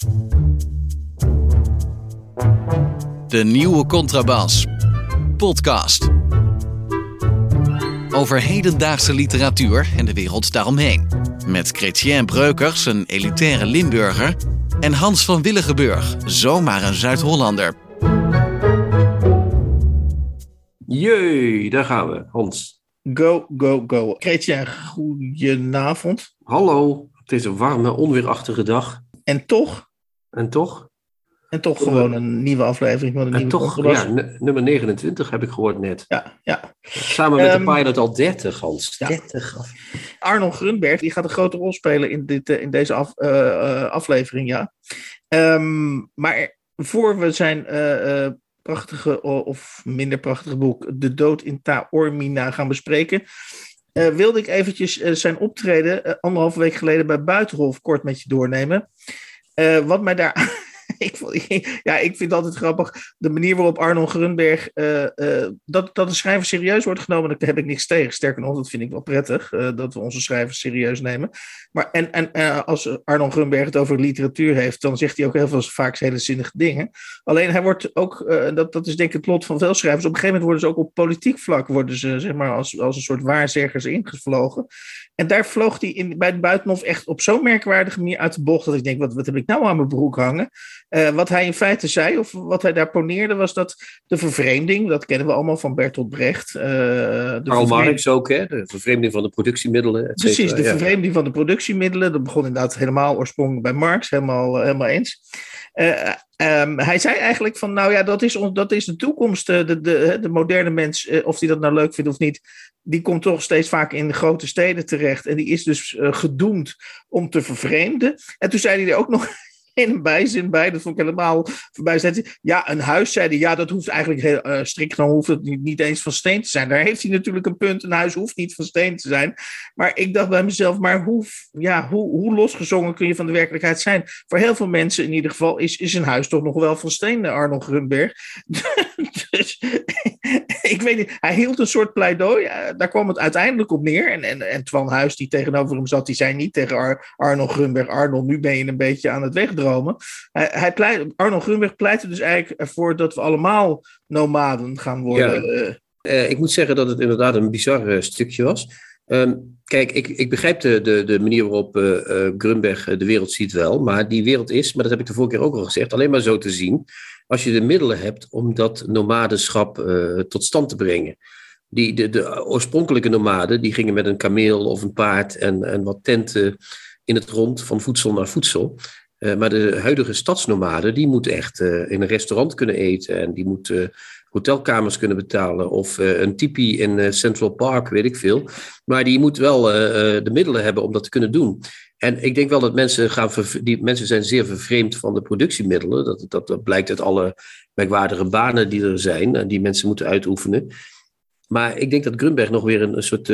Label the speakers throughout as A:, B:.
A: De Nieuwe Contrabas. Podcast. Over hedendaagse literatuur en de wereld daaromheen. Met Chrétien Breukers, een elitaire Limburger. En Hans van Willigenburg, zomaar een Zuid-Hollander.
B: Jee, daar gaan we, Hans.
C: Go, go, go. Chrétien, goedenavond.
B: Hallo, het is een warme, onweerachtige dag.
C: En toch
B: Gewoon
C: gewoon een nieuwe aflevering van de Nieuwe Contrabas.
B: Ja, nummer 29 heb ik gehoord net.
C: Ja.
B: Samen met de pilot al 30, Hans.
C: Ja.
B: 30.
C: Arnold Grunberg, die gaat een grote rol spelen in deze aflevering, ja. Maar voor we zijn prachtige of minder prachtige boek De Dood in Taormina gaan bespreken, wilde ik eventjes zijn optreden 1,5 week geleden bij Buitenhof kort met je doornemen. Wat mij daar... Ik vind het altijd grappig, de manier waarop Arnold Grunberg, dat de schrijver serieus wordt genomen, daar heb ik niks tegen. Sterker nog, dat vind ik wel prettig, dat we onze schrijvers serieus nemen. Maar als Arnold Grunberg het over literatuur heeft, dan zegt hij ook heel veel vaak hele zinnige dingen. Alleen hij wordt ook, dat is denk ik het lot van veel schrijvers, op een gegeven moment worden ze ook op politiek vlak, worden ze zeg maar als een soort waarzeggers ingevlogen. En daar vloog hij bij het Buitenhof echt op zo'n merkwaardige manier uit de bocht, dat ik denk, wat heb ik nou aan mijn broek hangen? Wat hij in feite zei, of wat hij daar poneerde, was dat de vervreemding, dat kennen we allemaal van Bertolt Brecht.
B: Karl Marx ook, hè? De vervreemding van de productiemiddelen.
C: Precies, de vervreemding van de productiemiddelen. Dat begon inderdaad helemaal oorspronkelijk bij Marx, helemaal eens. Hij zei eigenlijk van, nou ja, dat is de toekomst. De moderne mens, of die dat nou leuk vindt of niet, die komt toch steeds vaak in de grote steden terecht. En die is dus gedoemd om te vervreemden. En toen zei hij er ook nog in een bijzin bij, dat vond ik helemaal voorbij. Ja, een huis, zei hij, ja, dat hoeft eigenlijk heel strikt genomen, hoeft het niet eens van steen te zijn. Daar heeft hij natuurlijk een punt, een huis hoeft niet van steen te zijn. Maar ik dacht bij mezelf, maar hoe losgezongen kun je van de werkelijkheid zijn? Voor heel veel mensen in ieder geval is een huis toch nog wel van steen, Arnold Grunberg. Dus ik weet niet, hij hield een soort pleidooi, daar kwam het uiteindelijk op neer. En Twan Huis, die tegenover hem zat, die zei niet tegen Arnold Grunberg, Arnold, nu ben je een beetje aan het wegdromen. Arnold Grunberg pleitte dus eigenlijk ervoor dat we allemaal nomaden gaan worden.
B: Ja. Ik moet zeggen dat het inderdaad een bizar stukje was. Kijk, ik begrijp de manier waarop Grunberg de wereld ziet wel, maar die wereld is, maar dat heb ik de vorige keer ook al gezegd, alleen maar zo te zien als je de middelen hebt om dat nomadenschap tot stand te brengen. De oorspronkelijke nomaden, die gingen met een kameel of een paard en wat tenten in het rond van voedsel naar voedsel. Maar de huidige stadsnomaden, die moeten echt in een restaurant kunnen eten en die moeten hotelkamers kunnen betalen of een tipi in Central Park, weet ik veel. Maar die moet wel de middelen hebben om dat te kunnen doen. En ik denk wel dat mensen zijn zeer vervreemd van de productiemiddelen. Dat blijkt uit alle merkwaardige banen die er zijn en die mensen moeten uitoefenen. Maar ik denk dat Grunberg nog weer een soort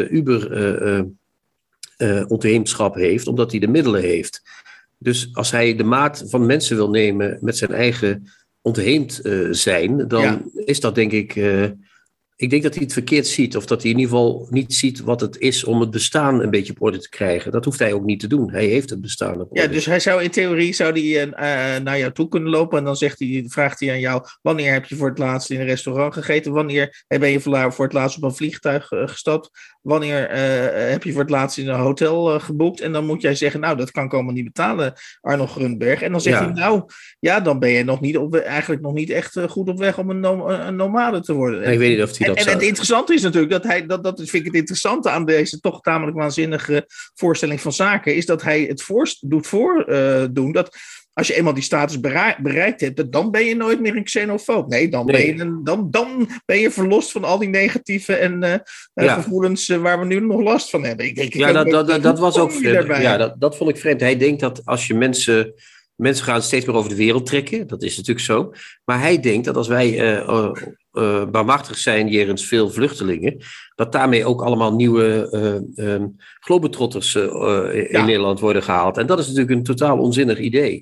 B: ontheemdschap heeft, omdat hij de middelen heeft. Dus als hij de maat van mensen wil nemen met zijn eigen ontheemd zijn, dan is dat denk ik... Ik denk dat hij het verkeerd ziet, of dat hij in ieder geval niet ziet wat het is om het bestaan een beetje op orde te krijgen. Dat hoeft hij ook niet te doen. Hij heeft het bestaan op orde.
C: Ja, dus hij zou in theorie naar jou toe kunnen lopen en dan vraagt hij aan jou, wanneer heb je voor het laatst in een restaurant gegeten? Wanneer ben je voor het laatst op een vliegtuig gestapt? Wanneer heb je voor het laatst in een hotel geboekt? En dan moet jij zeggen, nou, dat kan ik allemaal niet betalen, Arnold Grunberg. En dan zegt hij, nou, ja, dan ben je eigenlijk nog niet echt goed op weg om een nomade te worden.
B: Ik weet niet of hij dat
C: en het interessante is natuurlijk, dat vind ik het interessante aan deze toch tamelijk waanzinnige voorstelling van zaken, is dat hij het doet voordoen dat als je eenmaal die status bereikt hebt, dan ben je nooit meer een xenofoob. Nee, dan ben je verlost van al die negatieve gevoelens waar we nu nog last van hebben.
B: Dat was ook vreemd. Ja, dat vond ik vreemd. Hij denkt dat als je mensen gaan steeds meer over de wereld trekken, dat is natuurlijk zo. Maar hij denkt dat als wij barmhartig zijn jegens veel vluchtelingen, dat daarmee ook allemaal nieuwe globetrotters in Nederland worden gehaald. En dat is natuurlijk een totaal onzinnig idee.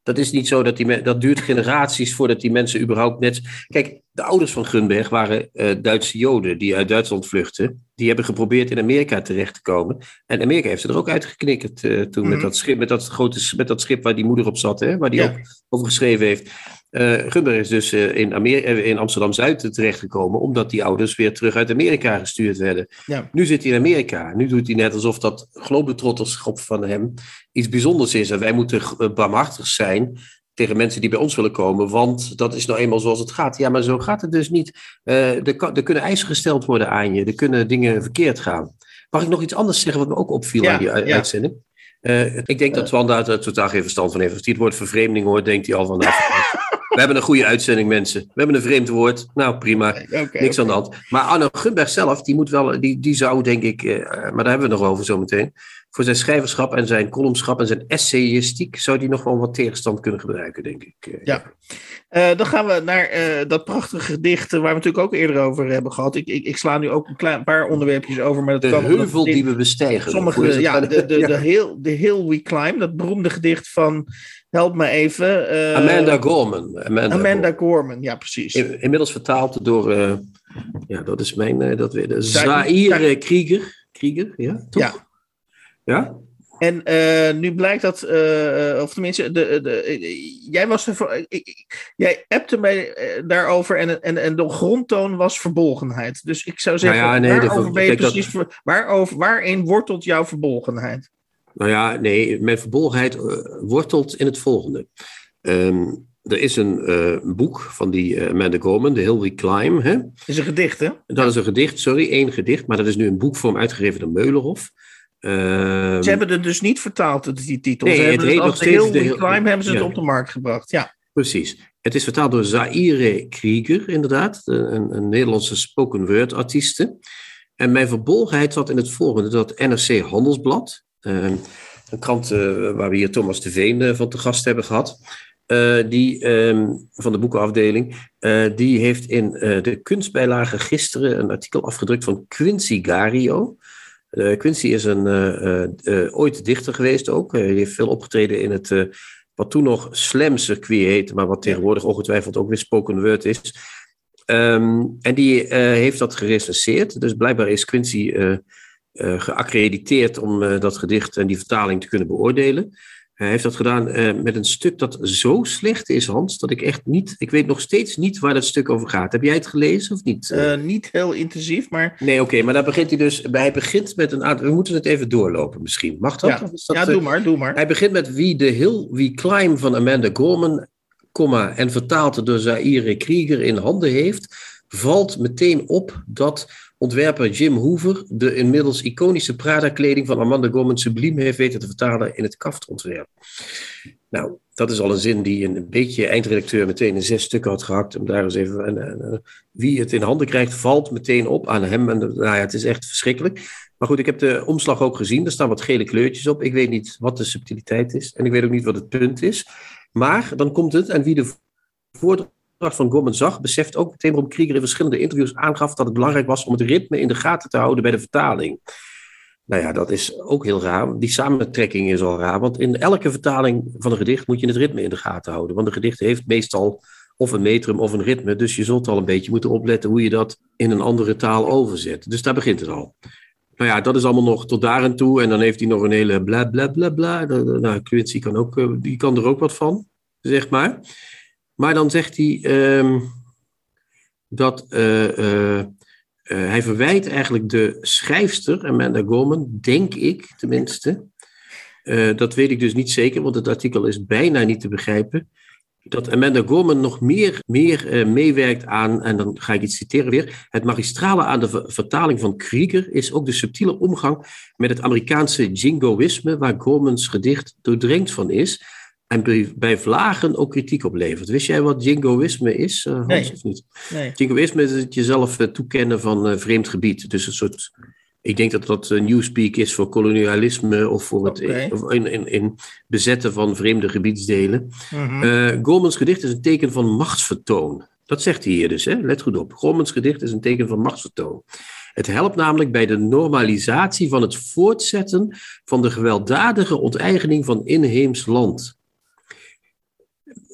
B: Dat is niet zo dat duurt generaties voordat die mensen überhaupt net... Kijk, de ouders van Grunberg waren Duitse Joden die uit Duitsland vluchtten. Die hebben geprobeerd in Amerika terecht te komen. En Amerika heeft ze er ook uitgeknikkerd toen met dat schip waar die moeder op zat, hè, waar die ook over geschreven heeft. Grunberg is dus in Amsterdam-Zuid terechtgekomen, omdat die ouders weer terug uit Amerika gestuurd werden. Ja. Nu zit hij in Amerika. Nu doet hij net alsof dat globetrotterschap van hem iets bijzonders is. En wij moeten barmhartig zijn tegen mensen die bij ons willen komen, want dat is nou eenmaal zoals het gaat. Ja, maar zo gaat het dus niet. Er kunnen eisen gesteld worden aan je. Er kunnen dingen verkeerd gaan. Mag ik nog iets anders zeggen wat me ook opviel aan die uitzending? Ik denk dat Twan daar totaal geen verstand van heeft. Als hij het woord vervreemding hoort, denkt hij al van... We hebben een goede uitzending, mensen. We hebben een vreemd woord. Nou, prima. Niks aan de hand. Maar Arno Grunberg zelf, die moet wel... Die zou, denk ik... maar daar hebben we het nog over zometeen. Voor zijn schrijverschap en zijn columnschap en zijn essayistiek... zou die nog wel wat tegenstand kunnen gebruiken, denk ik.
C: Dan gaan we naar dat prachtige gedicht... waar we natuurlijk ook eerder over hebben gehad. Ik sla nu ook een paar onderwerpjes over. Maar dat
B: de heuvel die we bestijgen.
C: The Hill We Climb. Dat beroemde gedicht van... Help me even.
B: Amanda Gorman.
C: Amanda Gorman, ja, precies.
B: Inmiddels vertaald door... dat is mijn... Zaire Krieger, ja, toch? Ja. En
C: nu blijkt dat... of tenminste, jij was jij appte mij daarover en de grondtoon was verbolgenheid. Dus ik zou zeggen, waarin wortelt jouw verbolgenheid?
B: Nou ja, nee, mijn verbolgenheid wortelt in het volgende. Er is een boek van die Amanda Gorman, The Hill We Climb. Hè?
C: Dat is een gedicht, hè?
B: Dat is een gedicht, één gedicht. Maar dat is nu een boekvorm uitgegeven door Meulenhof.
C: Ze hebben het dus niet vertaald, die titel.
B: Nee, het heet nog steeds
C: The Hill We Climb hebben ze het op de markt gebracht, ja.
B: Precies. Het is vertaald door Zaire Krieger, inderdaad. Een Nederlandse spoken word artieste. En mijn verbolgenheid zat in het volgende. Dat NRC Handelsblad... een krant waar we hier Thomas de Veen van te gast hebben gehad. Van de boekenafdeling. Die heeft in de kunstbijlage gisteren een artikel afgedrukt van Quincy Gario. Quincy is ooit dichter geweest ook. Hij heeft veel opgetreden in het wat toen nog slam circuit heette, maar wat tegenwoordig ongetwijfeld ook weer spoken word is. En die heeft dat gerecenseerd. Dus blijkbaar is Quincy... geaccrediteerd om dat gedicht en die vertaling te kunnen beoordelen. Hij heeft dat gedaan met een stuk dat zo slecht is, Hans, dat ik echt niet... Ik weet nog steeds niet waar dat stuk over gaat. Heb jij het gelezen of niet?
C: Niet heel intensief, maar...
B: Nee, oké, maar daar begint hij dus... Hij begint met een aantal... We moeten het even doorlopen misschien. Mag dat?
C: Ja, doe maar.
B: Hij begint met The Hill We Climb van Amanda Gorman, en vertaald door Zaire Krieger in handen heeft, valt meteen op dat... ontwerper Jim Hoover de inmiddels iconische Prada-kleding van Amanda Gorman subliem heeft weten te vertalen in het kaftontwerp. Nou, dat is al een zin die een beetje eindredacteur meteen in 6 stukken had gehakt. Om daar eens even, wie het in handen krijgt, valt meteen op aan hem. En, het is echt verschrikkelijk. Maar goed, ik heb de omslag ook gezien. Er staan wat gele kleurtjes op. Ik weet niet wat de subtiliteit is. En ik weet ook niet wat het punt is. Maar dan komt het, en wie de voordracht van Gorman zag, beseft ook meteen waarom Krieger in verschillende interviews aangaf dat het belangrijk was om het ritme in de gaten te houden bij de vertaling. Nou ja, dat is ook heel raar. Die samentrekking is al raar, want in elke vertaling van een gedicht moet je het ritme in de gaten houden. Want een gedicht heeft meestal of een metrum of een ritme, dus je zult al een beetje moeten opletten hoe je dat in een andere taal overzet. Dus daar begint het al. Nou ja, dat is allemaal nog tot daar en toe. En dan heeft hij nog een hele bla bla bla bla. Nou, Quincy kan er ook wat van, zeg maar. Maar dan zegt hij dat hij verwijt eigenlijk de schrijfster, Amanda Gorman, denk ik tenminste. Dat weet ik dus niet zeker, want het artikel is bijna niet te begrijpen. Dat Amanda Gorman nog meer meewerkt aan, en dan ga ik iets citeren weer, het magistrale aan de vertaling van Krieger is ook de subtiele omgang met het Amerikaanse jingoïsme, waar Gormans gedicht doordrenkt van is. En bij vlagen ook kritiek oplevert. Wist jij wat jingoïsme is, Hans,
C: nee.
B: Of niet?
C: Nee.
B: Jingoïsme is het jezelf toekennen van vreemd gebied. Dus een soort... Ik denk dat dat newspeak is voor kolonialisme of voor het in bezetten van vreemde gebiedsdelen. Mm-hmm. Gormans gedicht is een teken van machtsvertoon. Dat zegt hij hier dus, hè? Let goed op. Gormans gedicht is een teken van machtsvertoon. Het helpt namelijk bij de normalisatie van het voortzetten van de gewelddadige onteigening van inheems land.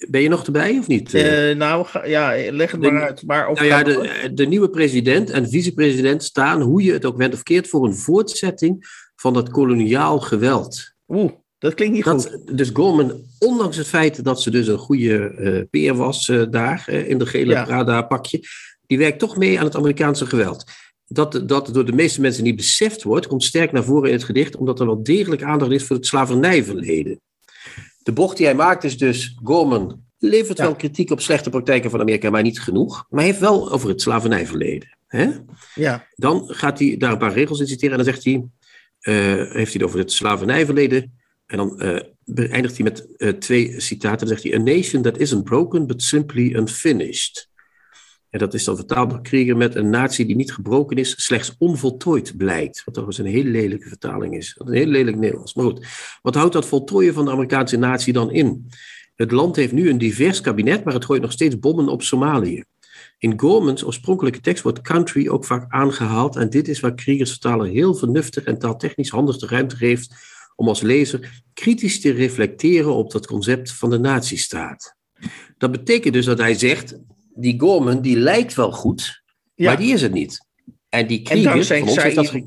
B: Ben je nog erbij of niet?
C: Leg het maar uit. Maar
B: de nieuwe president en vicepresident staan, hoe je het ook went of keert, voor een voortzetting van dat koloniaal geweld.
C: Dat klinkt niet goed.
B: Dus Gorman, ondanks het feit dat ze dus een goede peer was daar in de gele Prada-pakje, die werkt toch mee aan het Amerikaanse geweld. Dat door de meeste mensen niet beseft wordt, komt sterk naar voren in het gedicht, omdat er wel degelijk aandacht is voor het slavernijverleden. De bocht die hij maakt is dus, Gorman levert wel kritiek op slechte praktijken van Amerika, maar niet genoeg. Maar hij heeft wel over het slavernijverleden. Hè? Ja. Dan gaat hij daar een paar regels in citeren en dan zegt hij, heeft hij het over het slavernijverleden. En dan eindigt hij met 2 citaten. Dan zegt hij, a nation that isn't broken, but simply unfinished. En dat is dan vertaald door Krieger met een natie die niet gebroken is, slechts onvoltooid blijkt. Wat toch eens een hele lelijke vertaling is. Een heel lelijk Nederlands. Maar goed, wat houdt dat voltooien van de Amerikaanse natie dan in? Het land heeft nu een divers kabinet, maar het gooit nog steeds bommen op Somalië. In Gorman's oorspronkelijke tekst wordt country ook vaak aangehaald. En dit is waar Kriegers vertaler heel vernuftig en taaltechnisch handig de ruimte geeft om als lezer kritisch te reflecteren op dat concept van de natiestaat. Dat betekent dus dat hij zegt, die Gorman die lijkt wel goed, maar die is het niet. En die Krieger van ons heeft dat...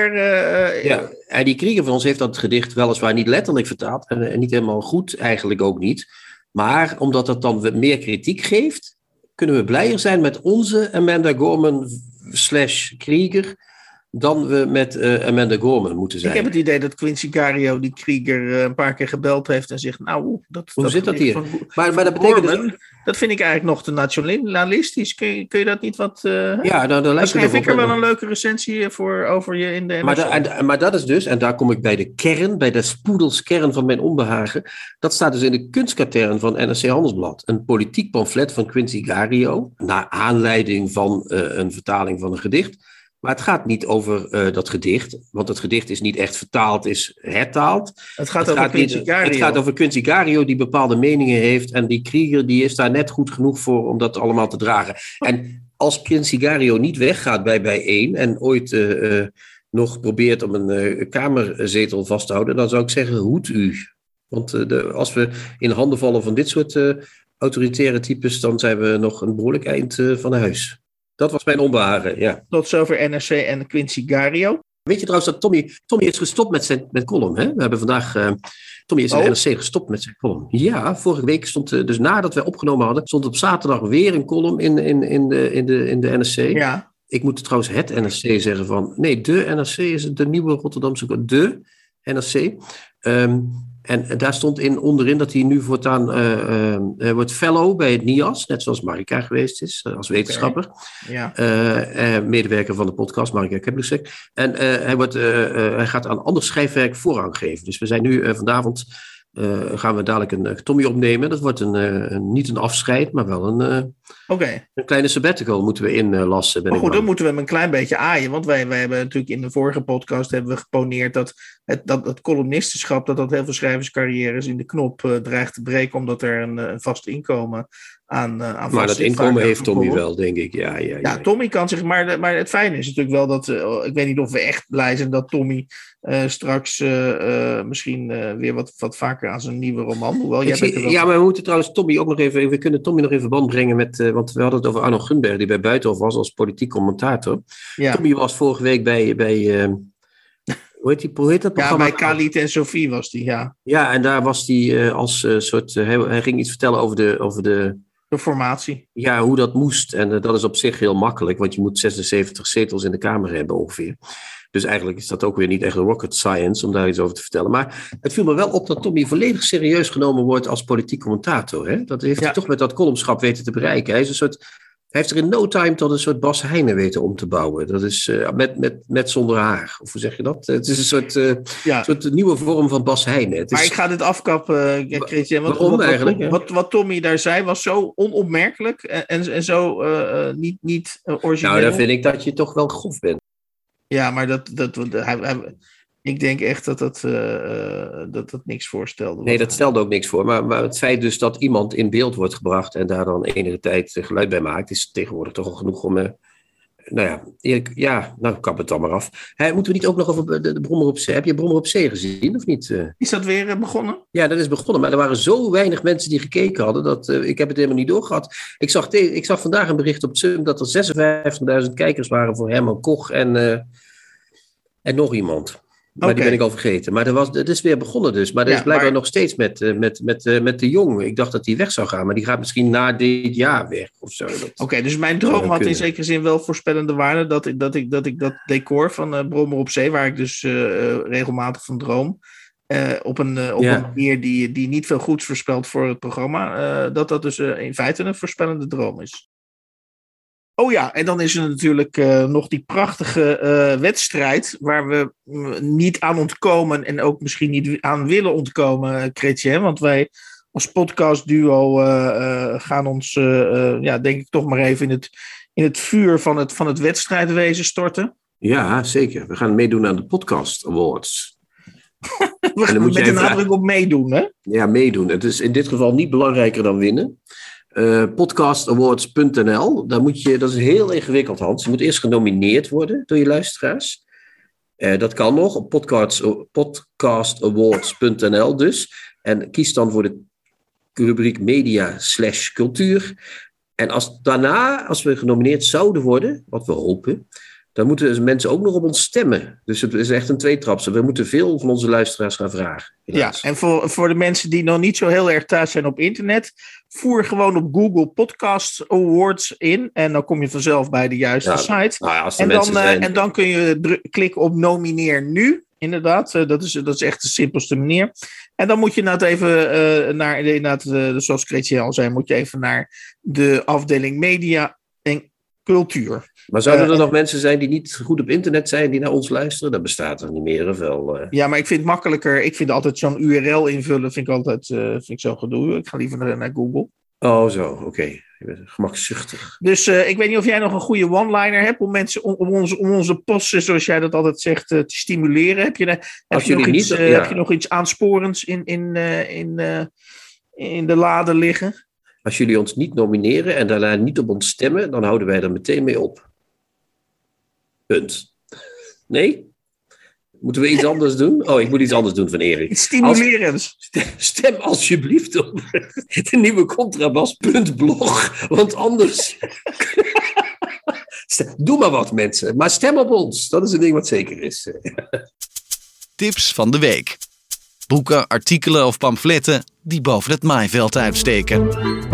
B: en die Krieger van ons heeft dat gedicht weliswaar niet letterlijk vertaald en niet helemaal goed, eigenlijk ook niet. Maar omdat dat dan meer kritiek geeft, kunnen we blijer zijn met onze Amanda Gorman / Krieger dan we met Amanda Gorman moeten zijn.
C: Ik heb het idee dat Quincy Gario die Krieger een paar keer gebeld heeft en zegt, nou,
B: hoe zit dat hier?
C: Van,
B: maar dat betekent
C: Gorman, dat vind ik eigenlijk nog te nationalistisch. Kun je dat niet wat...
B: ja, dan lijkt
C: schrijf ik er wel een leuke recensie over je in de NRC.
B: Maar dat is dus, en daar kom ik bij de kern, bij de spoedelskern van mijn onbehagen. Dat staat dus in de kunstkatern van NRC Handelsblad. Een politiek pamflet van Quincy Gario, naar aanleiding van een vertaling van een gedicht. Maar het gaat niet over dat gedicht, want het gedicht is niet echt vertaald, is hertaald.
C: Het gaat over Quincy Gario.
B: Het gaat over Quincy Gario die bepaalde meningen heeft en die Krieger die is daar net goed genoeg voor om dat allemaal te dragen. En als Quincy Gario niet weggaat bij Bijeen en ooit nog probeert om een kamerzetel vast te houden, dan zou ik zeggen, hoed u. Want als we in handen vallen van dit soort autoritaire types, dan zijn we nog een behoorlijk eind van huis. Dat was mijn onbehagen, ja.
C: Tot zover NRC en Quincy Gario.
B: Weet je trouwens dat Tommy is gestopt met column, hè? We hebben vandaag... Tommy is in de NRC gestopt met zijn column. Ja, vorige week stond... dus nadat wij opgenomen hadden, stond op zaterdag weer een column in de NRC. Ja. Ik moet trouwens het NRC zeggen van... Nee, de NRC is de nieuwe Rotterdamse... De NRC. En daar stond onderin dat hij nu voortaan wordt fellow bij het NIAS, net zoals Marika geweest is, als wetenschapper. Okay. Ja. Medewerker van de podcast, Marika Keblusek. En hij gaat aan ander schrijfwerk voorrang geven. Dus we zijn nu vanavond, gaan we dadelijk een Tommy opnemen. Dat wordt niet een afscheid, maar wel een kleine sabbatical moeten we inlassen.
C: Maar goed, dan moeten we hem een klein beetje aaien. Want wij hebben natuurlijk in de vorige podcast hebben we geponeerd dat het columnistenschap, dat heel veel schrijverscarrières in de knop dreigt te breken, omdat er een vast inkomen aan
B: maar dat inkomen heeft Tommy wel, denk ik. Ja,
C: Tommy kan zich... Maar het fijne is natuurlijk wel dat... ik weet niet of we echt blij zijn dat Tommy straks misschien weer wat vaker aan zijn nieuwe roman... Hoewel,
B: maar we moeten trouwens Tommy ook nog even... We kunnen Tommy nog even band brengen met... want we hadden het over Arno Gunberg, die bij Buitenhof was als politiek commentator. Ja. Tommy was vorige week bij hoe heet dat programma?
C: Ja, bij Khalid en Sophie was die, ja.
B: Ja, en daar was hij als soort... hij ging iets vertellen over de
C: formatie.
B: Ja, hoe dat moest. En dat is op zich heel makkelijk, want je moet 76 zetels in de Kamer hebben ongeveer. Dus eigenlijk is dat ook weer niet echt rocket science om daar iets over te vertellen. Maar het viel me wel op dat Tommy volledig serieus genomen wordt als politiek commentator. Hè? Dat heeft hij toch met dat columnschap weten te bereiken. Hij heeft er in no time tot een soort Bas Heijnen weten om te bouwen. Dat is met zonder haar. Of hoe zeg je dat? Het is een soort nieuwe vorm van Bas Heijnen.
C: Maar ik ga dit afkappen, Christian.
B: Waarom eigenlijk?
C: Wat Tommy daar zei was zo onopmerkelijk en zo niet origineel.
B: Nou, dan vind ik dat je toch wel grof bent.
C: Ja, maar ik denk echt dat niks voorstelde.
B: Nee, dat stelde ook niks voor. Maar het feit dus dat iemand in beeld wordt gebracht en daar dan enige tijd geluid bij maakt, is tegenwoordig toch al genoeg om Nou ja, Erik, kap het dan maar af. Moeten we niet ook nog over de Brommer op Zee? Heb je Brommer op Zee gezien of niet?
C: Is dat weer begonnen?
B: Ja, dat is begonnen. Maar er waren zo weinig mensen die gekeken hadden, dat ik heb het helemaal niet doorgehad. Ik zag vandaag een bericht op het Sum dat er 56.000 kijkers waren voor Herman Koch en nog iemand. Maar die ben ik al vergeten. Maar het is weer begonnen dus. Maar dat is blijkbaar nog steeds met de Jong. Ik dacht dat die weg zou gaan. Maar die gaat misschien na dit jaar weg of zo.
C: Oké, dus mijn droom had in zekere zin wel voorspellende waarde. Dat ik dat decor van Brommer op Zee, waar ik dus regelmatig van droom. Op een manier die niet veel goeds voorspelt voor het programma. Dat dus in feite een voorspellende droom is. Oh ja, en dan is er natuurlijk nog die prachtige wedstrijd waar we niet aan ontkomen en ook misschien niet aan willen ontkomen, Chrétien. Want wij als podcastduo gaan ons, denk ik, toch maar even in het vuur van het wedstrijdwezen storten.
B: Ja, zeker. We gaan meedoen aan de Podcast Awards.
C: We gaan met een nadruk op meedoen, hè?
B: Ja, meedoen. Het is in dit geval niet belangrijker dan winnen. Podcastawards.nl. Dat is heel ingewikkeld, Hans. Je moet eerst genomineerd worden door je luisteraars. Dat kan nog op podcastawards.nl dus. En kies dan voor de rubriek media/cultuur. En als we genomineerd zouden worden, wat we hopen, dan moeten mensen ook nog op ons stemmen. Dus het is echt een tweetrapse. We moeten veel van onze luisteraars gaan vragen. Helaas.
C: Ja, en voor de mensen die nog niet zo heel erg thuis zijn op internet, voer gewoon op Google Podcast Awards in. En dan kom je vanzelf bij de juiste site. Nou ja, en dan kun je klikken op nomineer nu. Inderdaad, dat is echt de simpelste manier. En dan moet je even zoals Chrétien al zei, moet je even naar de afdeling media en cultuur.
B: Maar zouden er nog mensen zijn die niet goed op internet zijn, die naar ons luisteren? Dat bestaat er niet meer, of wel?
C: Ja, maar ik vind het makkelijker. Ik vind altijd zo'n URL invullen, vind ik zo gedoe. Ik ga liever naar Google.
B: Oh, zo, oké. Je bent gemakzuchtig.
C: Dus ik weet niet of jij nog een goede one-liner hebt om mensen om onze posten, zoals jij dat altijd zegt, te stimuleren. Heb je nog iets aansporends in de lade liggen?
B: Als jullie ons niet nomineren en daarna niet op ons stemmen, dan houden wij er meteen mee op. Punt. Nee? Moeten we iets anders doen? Oh, ik moet iets anders doen van Erik.
C: Iets stimulerends.
B: Stem alsjeblieft op de nieuwe Contrabas.blog. Want anders... Doe maar wat, mensen. Maar stem op ons. Dat is een ding wat zeker is.
A: Tips van de week. Boeken, artikelen of pamfletten die boven het maaiveld uitsteken.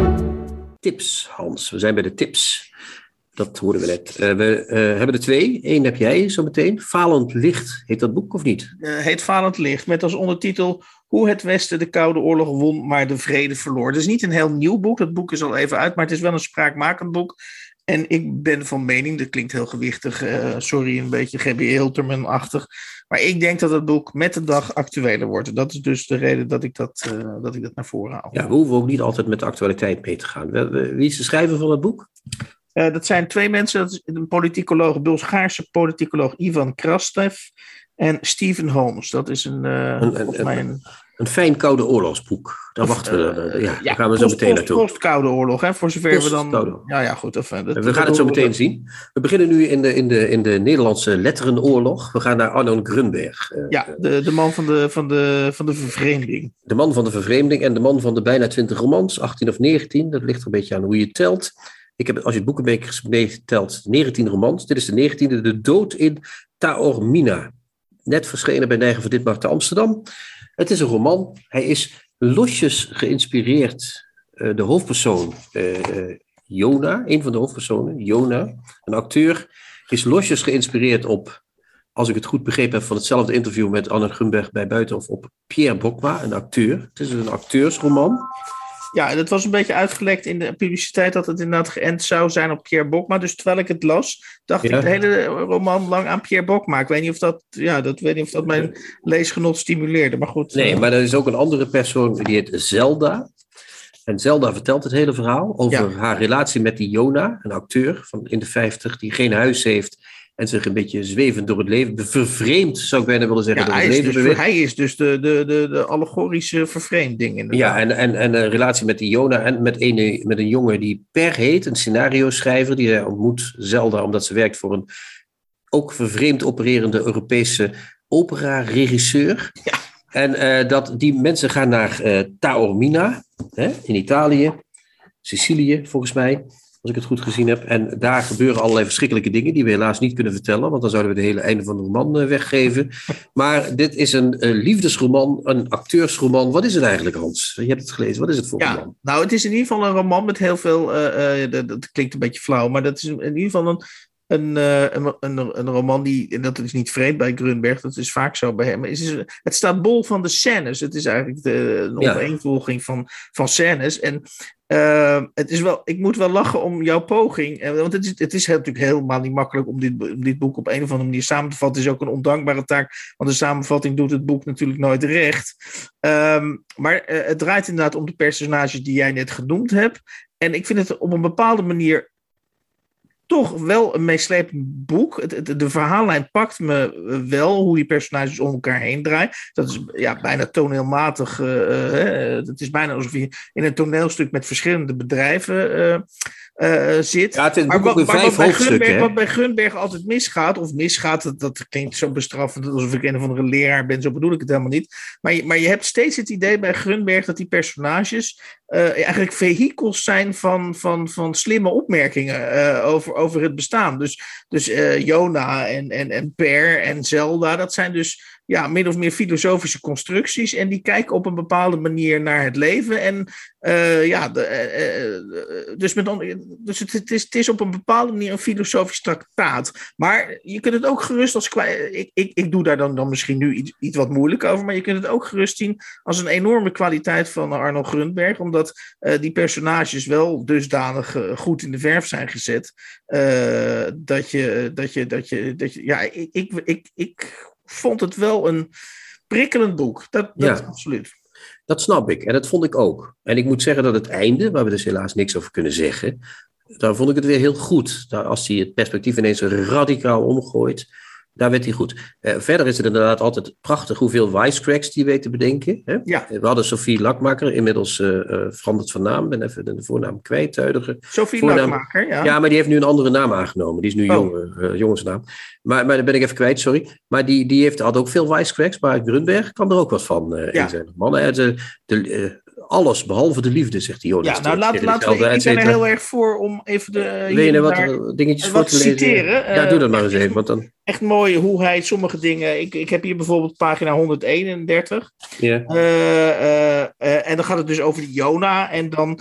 B: Tips, Hans. We zijn bij de tips. Dat hoorden we net. We hebben er 2. Eén heb jij zo meteen. Falend Licht. Heet dat boek of niet?
C: Heet Falend Licht. Met als ondertitel Hoe het Westen de Koude Oorlog won, maar de vrede verloor. Het is niet een heel nieuw boek. Dat boek is al even uit. Maar het is wel een spraakmakend boek. En ik ben van mening, dat klinkt heel gewichtig. Een beetje G.B. Hilterman-achtig. Maar ik denk dat het boek met de dag actueler wordt. Dat is dus de reden dat ik dat naar voren haal.
B: Ja, we hoeven ook niet altijd met de actualiteit mee te gaan. Wie is de schrijver van het boek?
C: Dat zijn 2 mensen. Dat is een politicoloog, Bulgaarse politicoloog Ivan Krastev en Stephen Holmes. Dat is
B: een fijn koude oorlogsboek. Daar wachten we. Daar gaan we zo meteen naartoe.
C: Post-koude oorlog, hè? Voor zover we dan... Ja, goed.
B: We gaan het zo meteen zien. We beginnen nu in de Nederlandse letterenoorlog. We gaan naar Arno Grunberg.
C: De man van de vervreemding.
B: De man van de vervreemding en de man van de bijna 20 romans. 18 of 19, dat ligt er een beetje aan hoe je telt. Ik heb, als je het boekenbeker meetelt, 19 romans. Dit is de 19e, De Dood in Taormina. Net verschenen bij Nijgen van Ditmar te Amsterdam. Het is een roman. Hij is losjes geïnspireerd. De hoofdpersoon, Jona, een van de hoofdpersonen, Jona, een acteur, is losjes geïnspireerd op, als ik het goed begrepen heb, van hetzelfde interview met Arno Grunberg bij Buitenhof, op Pierre Bokma, een acteur. Het is een acteursroman.
C: Ja, dat was een beetje uitgelekt in de publiciteit dat het inderdaad geënt zou zijn op Pierre Bokma. Dus terwijl ik het las, dacht ik de hele roman lang aan Pierre Bokma. Ik weet niet of dat mijn leesgenot stimuleerde, maar goed.
B: Nee, maar er is ook een andere persoon, die heet Zelda. En Zelda vertelt het hele verhaal over haar relatie met die Jona, een acteur van in de 50, die geen huis heeft en zich een beetje zwevend door het leven, vervreemd zou ik bijna willen zeggen, door het leven beweegt.
C: Hij is dus de allegorische vervreemding inderdaad.
B: Ja, en een relatie met die Jona en met een jongen die Per heet, een scenario-schrijver, die hij ontmoet Zelda omdat ze werkt voor een ook vervreemd opererende Europese opera-regisseur.
C: Ja.
B: En die mensen gaan naar Taormina, in Italië, Sicilië volgens mij, als ik het goed gezien heb. En daar gebeuren allerlei verschrikkelijke dingen die we helaas niet kunnen vertellen, want dan zouden we het hele einde van de roman weggeven. Maar dit is een liefdesroman, een acteursroman. Wat is het eigenlijk, Hans? Je hebt het gelezen. Wat is het voor roman?
C: Nou, het is in ieder geval een roman met heel veel... dat klinkt een beetje flauw, maar dat is in ieder geval een roman die, en dat is niet vreemd bij Grunberg, dat is vaak zo bij hem. Het staat bol van de scènes. Het is eigenlijk een opeenvolging van scènes. En het is wel, ik moet wel lachen om jouw poging. Want het is natuurlijk helemaal niet makkelijk om dit boek op een of andere manier samen te vatten. Het is ook een ondankbare taak, want de samenvatting doet het boek natuurlijk nooit recht. Maar het draait inderdaad om de personages die jij net genoemd hebt. En ik vind het op een bepaalde manier toch wel een meeslepend boek. De verhaallijn pakt me wel, hoe die personages om elkaar heen draaien. Dat is bijna toneelmatig. Het is bijna alsof je in een toneelstuk met verschillende bedrijven zit.
B: Ja, het is
C: wat bij Grunberg altijd misgaat, dat klinkt zo bestraffend alsof ik een of andere leraar ben, zo bedoel ik het helemaal niet. Maar je hebt steeds het idee bij Grunberg dat die personages eigenlijk vehikels zijn van slimme opmerkingen over het bestaan. Dus Jona en Per en Zelda, dat zijn dus min of meer filosofische constructies en die kijken op een bepaalde manier naar het leven. En dus het is op een bepaalde manier een filosofisch traktaat. Maar je kunt het ook gerust als ik doe daar dan misschien nu iets wat moeilijk over, maar je kunt het ook gerust zien als een enorme kwaliteit van Arno Grunberg, omdat die personages wel dusdanig goed in de verf zijn gezet, ik vond het wel een prikkelend boek. Dat absoluut.
B: Dat snap ik. En dat vond ik ook. En ik moet zeggen dat het einde, waar we dus helaas niks over kunnen zeggen, daar vond ik het weer heel goed. Als hij het perspectief ineens radicaal omgooit, daar werd hij goed. Verder is het inderdaad altijd prachtig hoeveel wisecracks die weet te bedenken. Hè?
C: Ja.
B: We hadden Sophie Lakmaker, inmiddels veranderd van naam. Ik ben even de voornaam kwijt.
C: Sophie Lakmaker, ja.
B: Ja, maar die heeft nu een andere naam aangenomen. Die is nu jongensnaam. Maar daar ben ik even kwijt, sorry. Maar die had ook veel wisecracks. Maar Grunberg kan er ook wat van in zijn mannen. Alles behalve de liefde, zegt hij.
C: Ja, nou laten we. Ik ben er heel erg voor om even
B: dingetjes voor te lezen.
C: Citeren.
B: Ja, doe dat maar eens even. Want dan...
C: Echt mooi hoe hij sommige dingen. Ik heb hier bijvoorbeeld pagina 131.
B: Ja.
C: En dan gaat het dus over die Jona. En dan,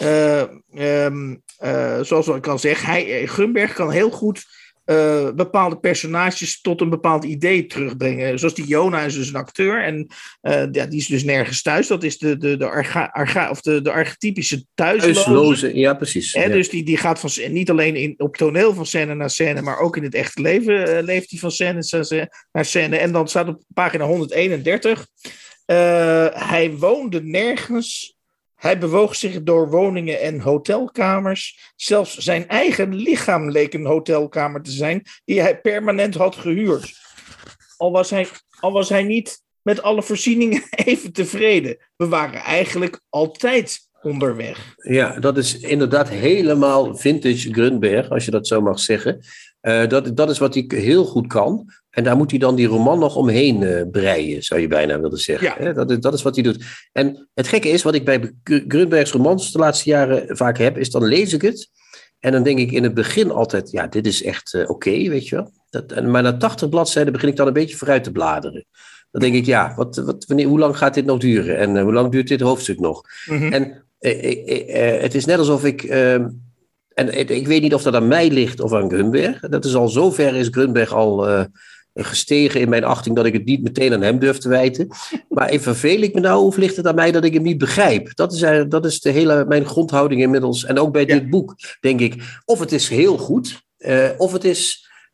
C: zoals ik al zeg, Grunberg kan heel goed bepaalde personages tot een bepaald idee terugbrengen. Zoals die Jona is dus een acteur en die is dus nergens thuis. Dat is de archetypische thuisloze.
B: Ja, precies.
C: Dus die gaat niet alleen op toneel van scène naar scène, maar ook in het echte leven leeft hij van scène naar scène. En dan staat op pagina 131, hij woonde nergens. Hij bewoog zich door woningen en hotelkamers. Zelfs zijn eigen lichaam leek een hotelkamer te zijn die hij permanent had gehuurd. Al was hij niet met alle voorzieningen even tevreden. We waren eigenlijk altijd onderweg.
B: Ja, dat is inderdaad helemaal vintage Grunberg, als je dat zo mag zeggen. Dat is wat hij heel goed kan. En daar moet hij dan die roman nog omheen breien, zou je bijna willen zeggen. Ja. Dat is wat hij doet. En het gekke is, wat ik bij Grunbergs romans de laatste jaren vaak heb, is dan lees ik het. En dan denk ik in het begin altijd, dit is echt oké, weet je wel. Maar na 80 bladzijden begin ik dan een beetje vooruit te bladeren. Dan denk ik, hoe lang gaat dit nog duren? En hoe lang duurt dit hoofdstuk nog? Mm-hmm. En het is net alsof ik... En ik weet niet of dat aan mij ligt of aan Grunberg. Dat is al zover is Grunberg al gestegen in mijn achting dat ik het niet meteen aan hem durf te wijten. Maar verveel ik me nou of ligt het aan mij dat ik hem niet begrijp? Dat is mijn grondhouding inmiddels. En ook bij dit boek denk ik, of het is heel goed, of het is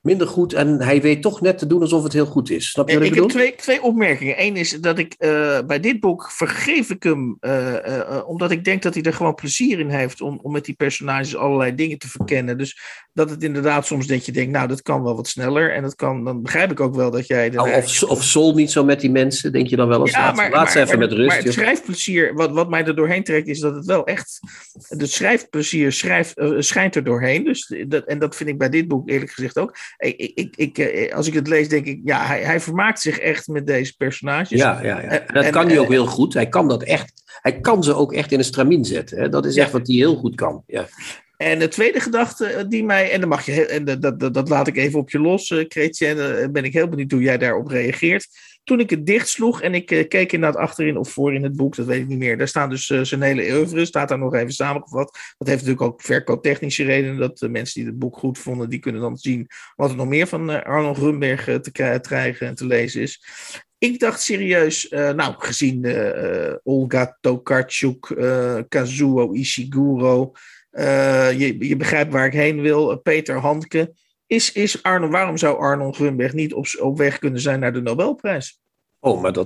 B: minder goed en hij weet toch net te doen alsof het heel goed is. Snap je wat ik bedoel?
C: Heb twee opmerkingen. Eén is dat ik bij dit boek vergeef ik hem, omdat ik denk dat hij er gewoon plezier in heeft om met die personages allerlei dingen te verkennen. Dus dat het inderdaad soms dat je denkt, nou dat kan wel wat sneller en dan begrijp ik ook wel dat jij...
B: Of Sol niet zo met die mensen, denk je dan wel eens?
C: Ja,
B: laat ze even met rust.
C: Maar het schrijfplezier, wat mij er doorheen trekt, is dat het wel echt... Het schrijfplezier schijnt er doorheen. Dus dat vind ik bij dit boek eerlijk gezegd ook. Als ik het lees, denk ik, ja, hij vermaakt zich echt met deze personages.
B: Ja. En dat kan hij ook heel goed. Hij kan dat echt. Hij kan ze ook echt in een stramien zetten. Hè? Dat is echt wat hij heel goed kan. Ja.
C: En de tweede gedachte die mij... En dan mag je... En dat laat ik even op je los, Chrétien. En ben ik heel benieuwd hoe jij daarop reageert. Toen ik het dichtsloeg en ik keek inderdaad achterin of voor in het boek, dat weet ik niet meer. Daar staan dus zijn hele oeuvre, staat daar nog even samengevat. Dat heeft natuurlijk ook verkooptechnische redenen, dat de mensen die het boek goed vonden, die kunnen dan zien wat er nog meer van Arnold Grunberg te krijgen en te lezen is. Ik dacht serieus, gezien Olga Tokarczuk, Kazuo Ishiguro, je begrijpt waar ik heen wil, Peter Handke. Waarom zou Arnold Grunberg niet op weg kunnen zijn naar de Nobelprijs?
B: Oh, maar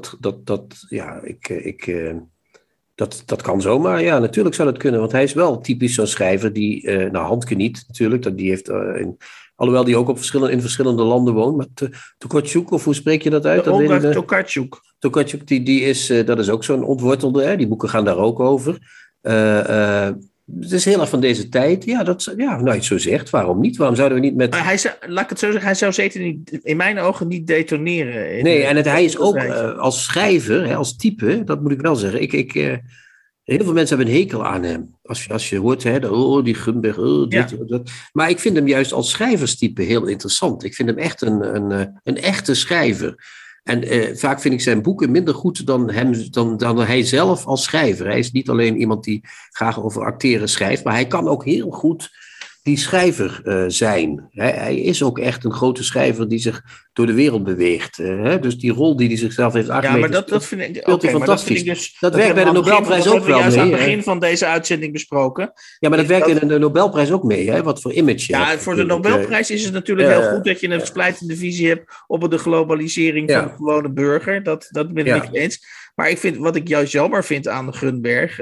B: dat kan zomaar. Ja, natuurlijk zou dat kunnen. Want hij is wel typisch zo'n schrijver die... Handke niet natuurlijk. Die heeft, alhoewel die ook in verschillende landen woont. Maar Tokarczuk, of hoe spreek je dat uit?
C: Olga Tokarczuk.
B: Tokarczuk, dat is ook zo'n ontwortelde. Hè? Die boeken gaan daar ook over. Het is heel erg van deze tijd. Ja, nou, je zo zegt. Waarom niet? Waarom zouden we niet met...
C: Laat ik het zo zeggen. Hij zou zeker niet, in mijn ogen niet detoneren.
B: Hij is ook als schrijver, als type, dat moet ik wel zeggen. Heel veel mensen hebben een hekel aan hem. Als je hoort, die Grunberg, dit, dat. Maar ik vind hem juist als schrijverstype heel interessant. Ik vind hem echt een echte schrijver. En vaak vind ik zijn boeken minder goed dan hij zelf als schrijver. Hij is niet alleen iemand die graag over acteren schrijft, maar hij kan ook heel goed die schrijver zijn. Hij is ook echt een grote schrijver die zich door de wereld beweegt. Dus die rol die hij zichzelf heeft aangemeten.
C: Ja, maar dat vind ik
B: speelt hij fantastisch. Dat werkt bij de Nobelprijs ook wel mee.
C: Dat hebben we aan het begin van deze uitzending besproken.
B: Ja, maar dat werkt in de Nobelprijs ook mee. Hè? Wat voor image.
C: Ja, voor de Nobelprijs is het natuurlijk heel goed dat je een splijtende visie hebt op de globalisering van de gewone burger. Dat ben ik met je eens. Maar ik vind, wat ik juist jammer vind aan Grunberg,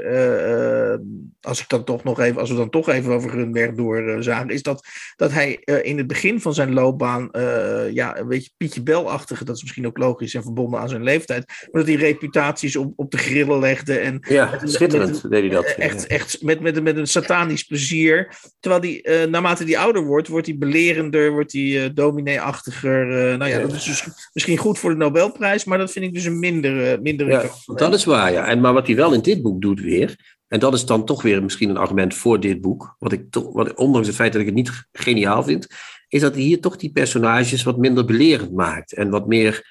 C: als we dan toch even over Grunberg doorzagen, is dat hij in het begin van zijn loopbaan, een beetje Pietje Bel-achtige, dat is misschien ook logisch en verbonden aan zijn leeftijd, maar dat hij reputaties op de grillen legde. En
B: schitterend deed hij dat.
C: Echt met een satanisch plezier. Terwijl hij, naarmate hij ouder wordt hij belerender, wordt hij dominee-achtiger. Dat is dus misschien goed voor de Nobelprijs, maar dat vind ik dus een mindere
B: dat is waar, ja. Maar wat hij wel in dit boek doet weer, en dat is dan toch weer misschien een argument voor dit boek, wat ondanks het feit dat ik het niet geniaal vind, is dat hij hier toch die personages wat minder belerend maakt en wat meer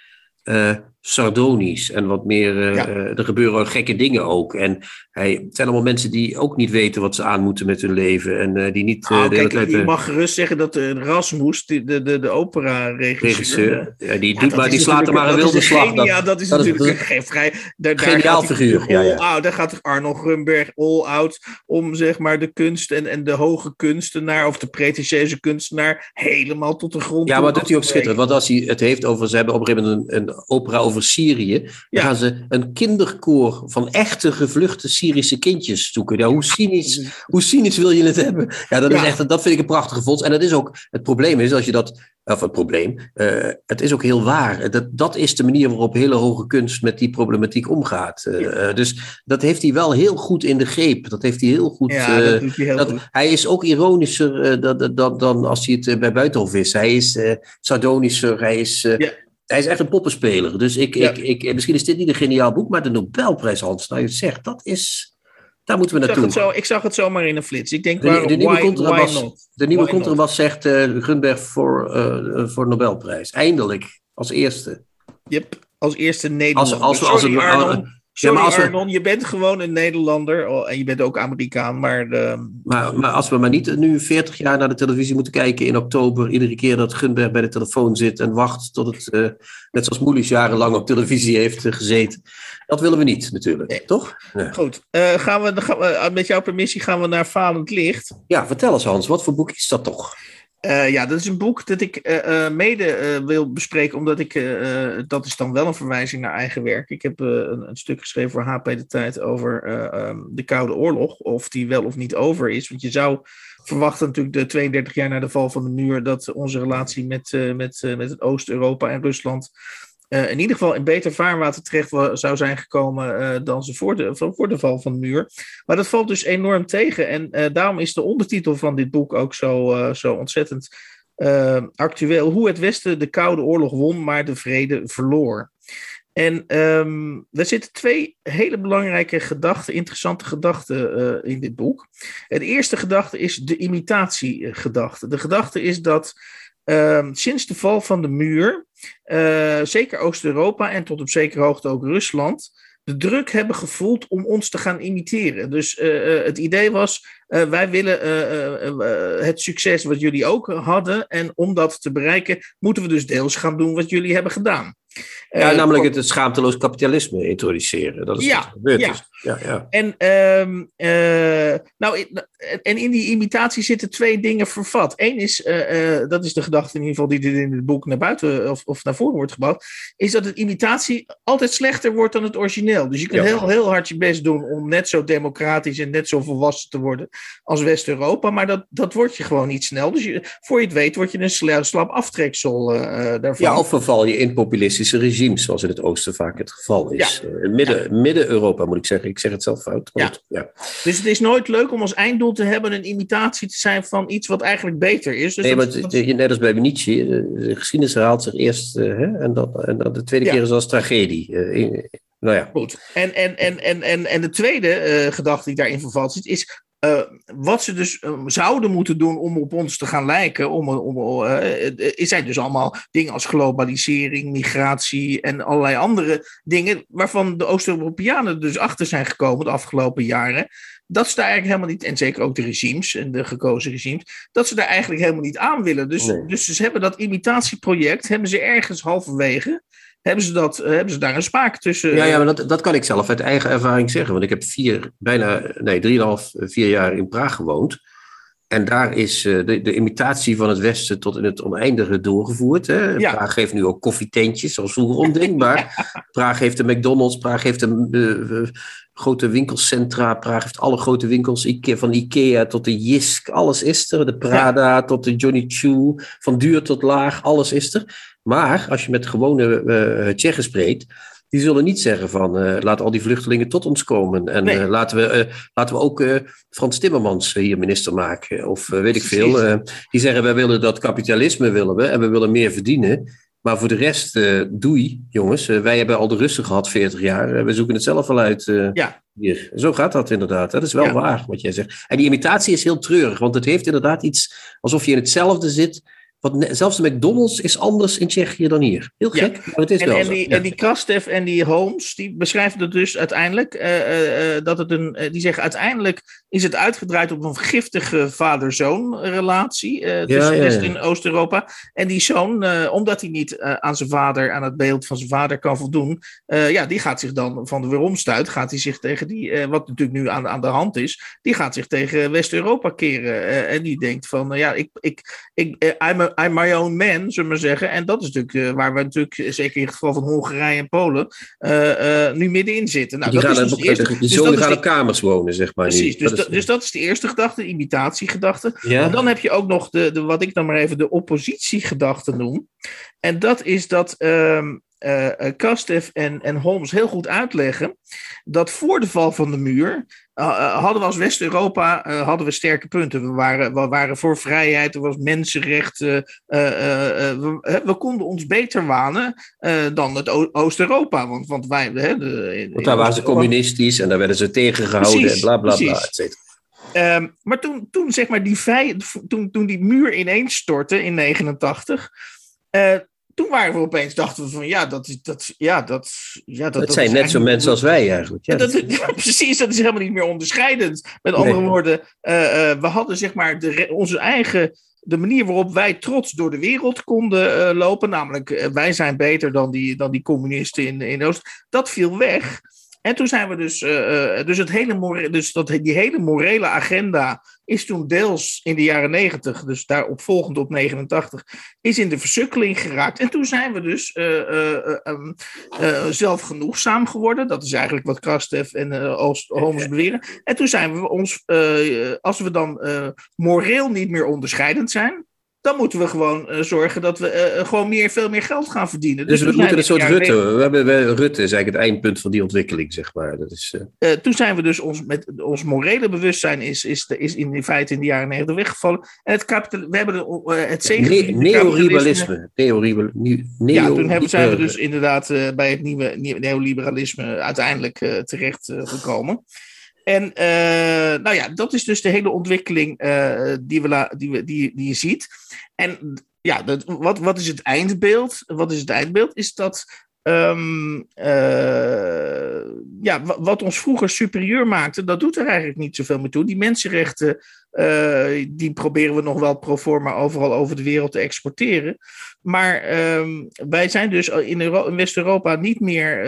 B: sardonisch en wat meer, er gebeuren gekke dingen ook. En het zijn allemaal mensen die ook niet weten wat ze aan moeten met hun leven en die niet...
C: je mag gerust zeggen dat Rasmus, de opera-regisseur...
B: die slaat er maar een wilde slag.
C: Ja, dat is natuurlijk geen vrij...
B: Geniaal figuur.
C: Daar gaat Arnold Grunberg all out om zeg maar de kunst en de hoge kunstenaar of de pretentieuze kunstenaar helemaal tot de grond.
B: Ja, maar dat doet hij ook schitterend. Want als hij het heeft over... Ze hebben op een gegeven moment een opera over Syrië. Dan gaan ze een kinderkoor van echte gevluchte Syrische kindjes zoeken. Ja, hoe cynisch wil je het hebben? Ja, dat vind ik een prachtige vondst. En dat is ook... Het probleem is, als je dat... Of het probleem... het is ook heel waar. Dat is de manier waarop hele hoge kunst met die problematiek omgaat. Dus dat heeft hij wel heel goed in de greep. Dat heeft hij heel goed...
C: dat doet hij heel goed.
B: Hij is ook ironischer dan als hij het bij Buitenhof is. Hij is sardonischer. Hij is echt een poppenspeler. Dus misschien is dit niet een geniaal boek, maar de Nobelprijs, Hans, nou je het zegt, daar moeten we naartoe.
C: Ik zag het zomaar in een flits. Ik denk,
B: de nieuwe contrabas zegt Grunberg voor Nobelprijs. Eindelijk, als eerste.
C: Yep, als eerste Nederlander. Arnon, je bent gewoon een Nederlander en je bent ook Amerikaan, maar
B: als we maar niet nu 40 jaar naar de televisie moeten kijken in oktober, iedere keer dat Grunberg bij de telefoon zit en wacht tot het, net zoals Moelis jarenlang op televisie heeft gezeten. Dat willen we niet natuurlijk, toch?
C: Ja. Goed, gaan we met jouw permissie gaan we naar Falend Licht.
B: Ja, vertel eens Hans, wat voor boek is dat toch?
C: Dat is een boek dat ik mede wil bespreken, omdat dat is dan wel een verwijzing naar eigen werk. Ik heb een stuk geschreven voor HP De Tijd over de Koude Oorlog, of die wel of niet over is. Want je zou verwachten natuurlijk de 32 jaar na de val van de muur dat onze relatie met het Oost-Europa en Rusland in ieder geval in beter vaarwater terecht zou zijn gekomen dan ze voor de val van de muur. Maar dat valt dus enorm tegen. En daarom is de ondertitel van dit boek ook zo ontzettend actueel. Hoe het Westen de Koude Oorlog won, maar de vrede verloor. En er zitten 2 hele belangrijke interessante gedachten in dit boek. Het eerste gedachte is de imitatiegedachte. De gedachte is dat sinds de val van de muur, zeker Oost-Europa en tot op zekere hoogte ook Rusland, de druk hebben gevoeld om ons te gaan imiteren. Dus het idee was, wij willen het succes wat jullie ook hadden, en om dat te bereiken moeten we dus deels gaan doen wat jullie hebben gedaan.
B: Namelijk het schaamteloos kapitalisme introduceren. Dat is wat er gebeurd is. Ja. En in die imitatie zitten 2 dingen vervat. Eén is, dat is de gedachte in ieder geval die in het boek naar buiten of naar voren wordt gebracht, is dat het imitatie altijd slechter wordt dan het origineel. Dus je kunt heel hard je best doen om net zo democratisch en net zo volwassen te worden als West-Europa, maar dat wordt je gewoon niet snel. Dus voor je het weet word je een slap aftreksel daarvan. Ja, of verval je in populistische regimes, zoals in het oosten vaak het geval is. Midden-Europa moet ik zeggen. Ik zeg het zelf fout. Ja.
C: Dus het is nooit leuk om als einddoel te hebben een imitatie te zijn van iets wat eigenlijk beter is. Dus
B: net als bij Nietzsche, de geschiedenis herhaalt zich eerst en dan de tweede keer is als tragedie.
C: Goed. En de tweede gedachte die daarin vervalt zit, is wat ze dus zouden moeten doen om op ons te gaan lijken. Zijn dus allemaal dingen als globalisering, migratie en allerlei andere dingen waarvan de Oost-Europeanen dus achter zijn gekomen de afgelopen jaren. Dat ze daar eigenlijk helemaal niet, en zeker ook de regimes en de gekozen regimes, dat ze daar eigenlijk helemaal niet aan willen. Dus ze hebben dat imitatieproject, hebben ze ergens halverwege, hebben ze daar een spaak tussen.
B: Maar dat kan ik zelf uit eigen ervaring zeggen. Want ik heb 4 jaar in Praag gewoond. En daar is de imitatie van het Westen tot in het oneindige doorgevoerd. Hè. Ja. Praag heeft nu ook koffietentjes, zoals vroeger ondenkbaar. Praag heeft de McDonald's, Praag heeft de grote winkelcentra. Praag heeft alle grote winkels, van Ikea tot de Jysk. Alles is er. De Prada tot de Johnny Choo. Van duur tot laag, alles is er. Maar als je met gewone Tsjechen spreekt, die zullen niet zeggen van laat al die vluchtelingen tot ons komen. En laten we ook Frans Timmermans hier minister maken. Of weet ik veel. Die zeggen wij willen dat kapitalisme willen we en we willen meer verdienen. Maar voor de rest, doei jongens. Wij hebben al de Russen gehad 40 jaar. We zoeken het zelf wel uit hier. Zo gaat dat inderdaad. Dat is wel waar wat jij zegt. En die imitatie is heel treurig. Want het heeft inderdaad iets alsof je in hetzelfde zit. Zelfs de McDonald's is anders in Tsjechië dan hier. Heel gek, maar het is wel zo.
C: En die Krastev en die Holmes, die beschrijven het dus uiteindelijk, die zeggen uiteindelijk is het uitgedraaid op een giftige vader-zoon relatie tussen West- en Oost-Europa. En die zoon, omdat hij niet aan het beeld van zijn vader kan voldoen, die gaat zich dan van de weeromstuit, gaat hij zich tegen die, wat natuurlijk nu aan de hand is, die gaat zich tegen West-Europa keren. En die denkt van, I'm my own man, zullen we maar zeggen. En dat is natuurlijk waar we natuurlijk, zeker in het geval van Hongarije en Polen, nu middenin zitten. Nou,
B: die zonen gaan op kamers wonen, zeg maar.
C: Precies, dus dat is de eerste gedachte, de imitratiegedachte. Ja. En dan heb je ook nog wat ik dan maar even de oppositiegedachte noem. En dat is dat Krastev en Holmes heel goed uitleggen dat voor de val van de muur hadden we als West-Europa sterke punten. We waren voor vrijheid, er was mensenrechten. We konden ons beter wanen dan het Oost-Europa. Want wij...
B: Want daar waren ze communistisch en daar werden ze tegengehouden. Precies, en bla bla bla, et cetera.
C: Maar toen zeg maar toen die muur ineens stortte in 1989... toen waren we opeens, dachten we van
B: dat zijn net zo mensen als wij eigenlijk.
C: Precies, dat is helemaal niet meer onderscheidend. Met andere woorden, we hadden zeg maar onze eigen, de manier waarop wij trots door de wereld konden lopen, namelijk wij zijn beter dan die communisten in Oost, dat viel weg. En toen zijn we die hele morele agenda is toen deels in de jaren 90, dus daarop volgend op 89, is in de versukkeling geraakt. En toen zijn we dus zelfgenoegzaam geworden. Dat is eigenlijk wat Krastev en Holmes beweren. En toen zijn we ons, als we dan moreel niet meer onderscheidend zijn, dan moeten we gewoon zorgen dat we gewoon veel meer geld gaan verdienen.
B: Dus we moeten een soort Rutte. Rutte is eigenlijk het eindpunt van die ontwikkeling, zeg maar. Dat is,
C: toen zijn we dus ons morele bewustzijn is in feite in de jaren 90 weggevallen. En we hebben het
B: neoliberalisme.
C: Ja, toen zijn we dus inderdaad bij het nieuwe neoliberalisme uiteindelijk terecht gekomen. En dat is dus de hele ontwikkeling die je ziet. En ja, wat is het eindbeeld? Is dat wat ons vroeger superieur maakte, dat doet er eigenlijk niet zoveel meer toe. Die mensenrechten, die proberen we nog wel pro forma overal over de wereld te exporteren. Maar wij zijn dus in West-Europa niet meer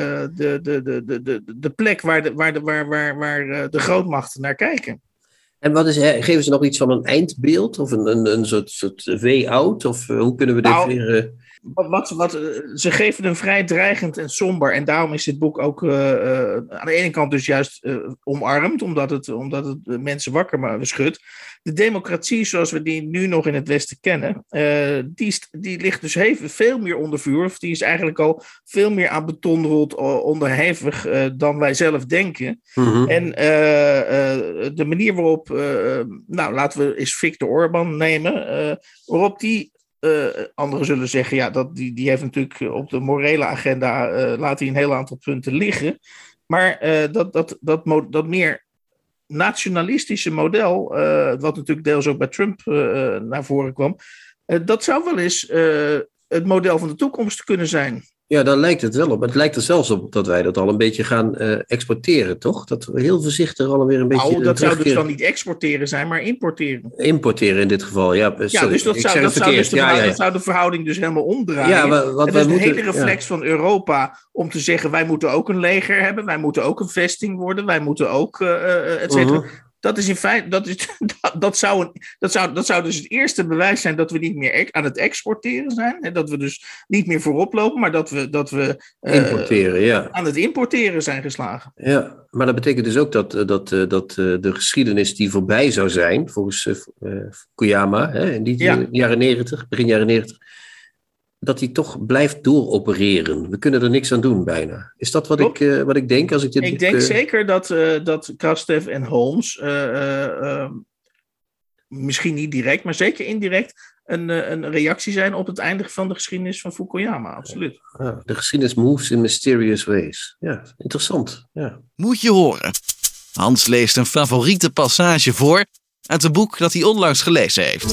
C: de plek waar de grootmachten naar kijken.
B: En geven ze nog iets van een eindbeeld? Of een soort way-out? Of hoe kunnen we definiëren?
C: Ze geven een vrij dreigend en somber. En daarom is dit boek ook aan de ene kant dus juist omarmd. Omdat het mensen wakker schudt. De democratie zoals we die nu nog in het Westen kennen. Die ligt dus veel meer onder vuur. Of die is eigenlijk al veel meer aan betonrot onderhevig dan wij zelf denken. Mm-hmm. En de manier waarop... laten we eens Viktor Orbán nemen. Waarop die... anderen zullen zeggen, ja, die heeft natuurlijk op de morele agenda laat hij een heel aantal punten liggen. Maar dat meer nationalistische model, wat natuurlijk deels ook bij Trump naar voren kwam, dat zou wel eens het model van de toekomst kunnen zijn.
B: Ja, daar lijkt het wel op. Het lijkt er zelfs op dat wij dat al een beetje gaan exporteren, toch? Dat we heel voorzichtig alweer een beetje...
C: Nou, dat zou dus dan niet exporteren zijn, maar importeren.
B: Importeren in dit geval, ja.
C: Ja, dus dat zou de verhouding dus helemaal omdraaien.
B: Ja,
C: dat is de hele reflex van Europa om te zeggen, wij moeten ook een leger hebben, wij moeten ook een vesting worden, wij moeten ook, et cetera. Uh-huh. Dat is in feite, dat zou dus het eerste bewijs zijn dat we niet meer aan het exporteren zijn. Hè? Dat we dus niet meer voorop lopen, maar dat we
B: importeren,
C: aan het importeren zijn geslagen.
B: Ja, maar dat betekent dus ook dat de geschiedenis die voorbij zou zijn, volgens Fukuyama, in die jaren 90, begin jaren 90, dat die toch blijft dooropereren. We kunnen er niks aan doen bijna. Is dat wat ik denk? Als ik
C: denk zeker dat Krastev en Holmes, misschien niet direct, maar zeker indirect, een reactie zijn op het eindigen van de geschiedenis van Fukuyama. Absoluut.
B: Ja, de geschiedenis moves in mysterious ways. Ja, interessant. Ja.
A: Moet je horen. Hans leest een favoriete passage voor uit een boek dat hij onlangs gelezen heeft.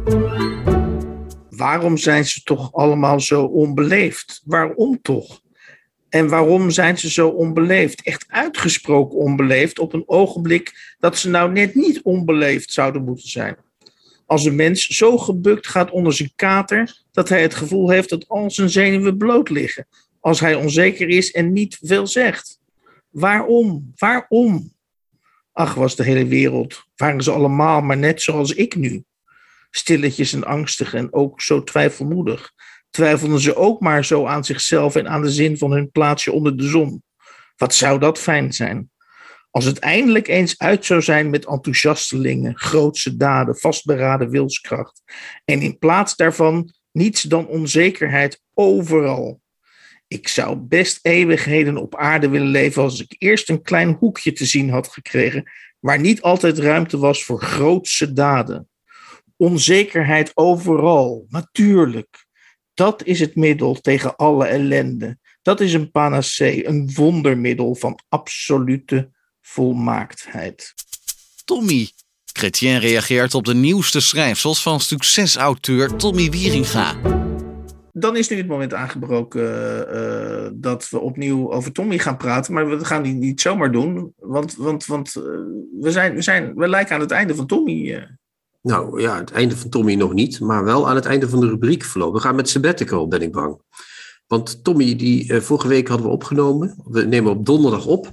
C: Waarom zijn ze toch allemaal zo onbeleefd? Waarom toch? En waarom zijn ze zo onbeleefd? Echt uitgesproken onbeleefd op een ogenblik dat ze nou net niet onbeleefd zouden moeten zijn. Als een mens zo gebukt gaat onder zijn kater dat hij het gevoel heeft dat al zijn zenuwen bloot liggen. Als hij onzeker is en niet veel zegt. Waarom? Waarom? Ach, was de hele wereld, waren ze allemaal maar net zoals ik nu. Stilletjes en angstig en ook zo twijfelmoedig. Twijfelden ze ook maar zo aan zichzelf en aan de zin van hun plaatsje onder de zon. Wat zou dat fijn zijn? Als het eindelijk eens uit zou zijn met enthousiastelingen, grootse daden, vastberaden wilskracht. En in plaats daarvan niets dan onzekerheid overal. Ik zou best eeuwigheden op aarde willen leven als ik eerst een klein hoekje te zien had gekregen, waar niet altijd ruimte was voor grootse daden. Onzekerheid overal, natuurlijk. Dat is het middel tegen alle ellende. Dat is een panacee, een wondermiddel van absolute volmaaktheid.
A: Tommy. Chrétien reageert op de nieuwste schrijfsels van succesauteur Tommy Wieringa.
C: Dan is nu het moment aangebroken dat we opnieuw over Tommy gaan praten. Maar we gaan die niet zomaar doen. Want we lijken aan het einde van Tommy.
B: Nou ja, het einde van Tommy nog niet. Maar wel aan het einde van de rubriek verlopen. We gaan met sabbatical, ben ik bang. Want Tommy, die vorige week hadden we opgenomen. We nemen op donderdag op.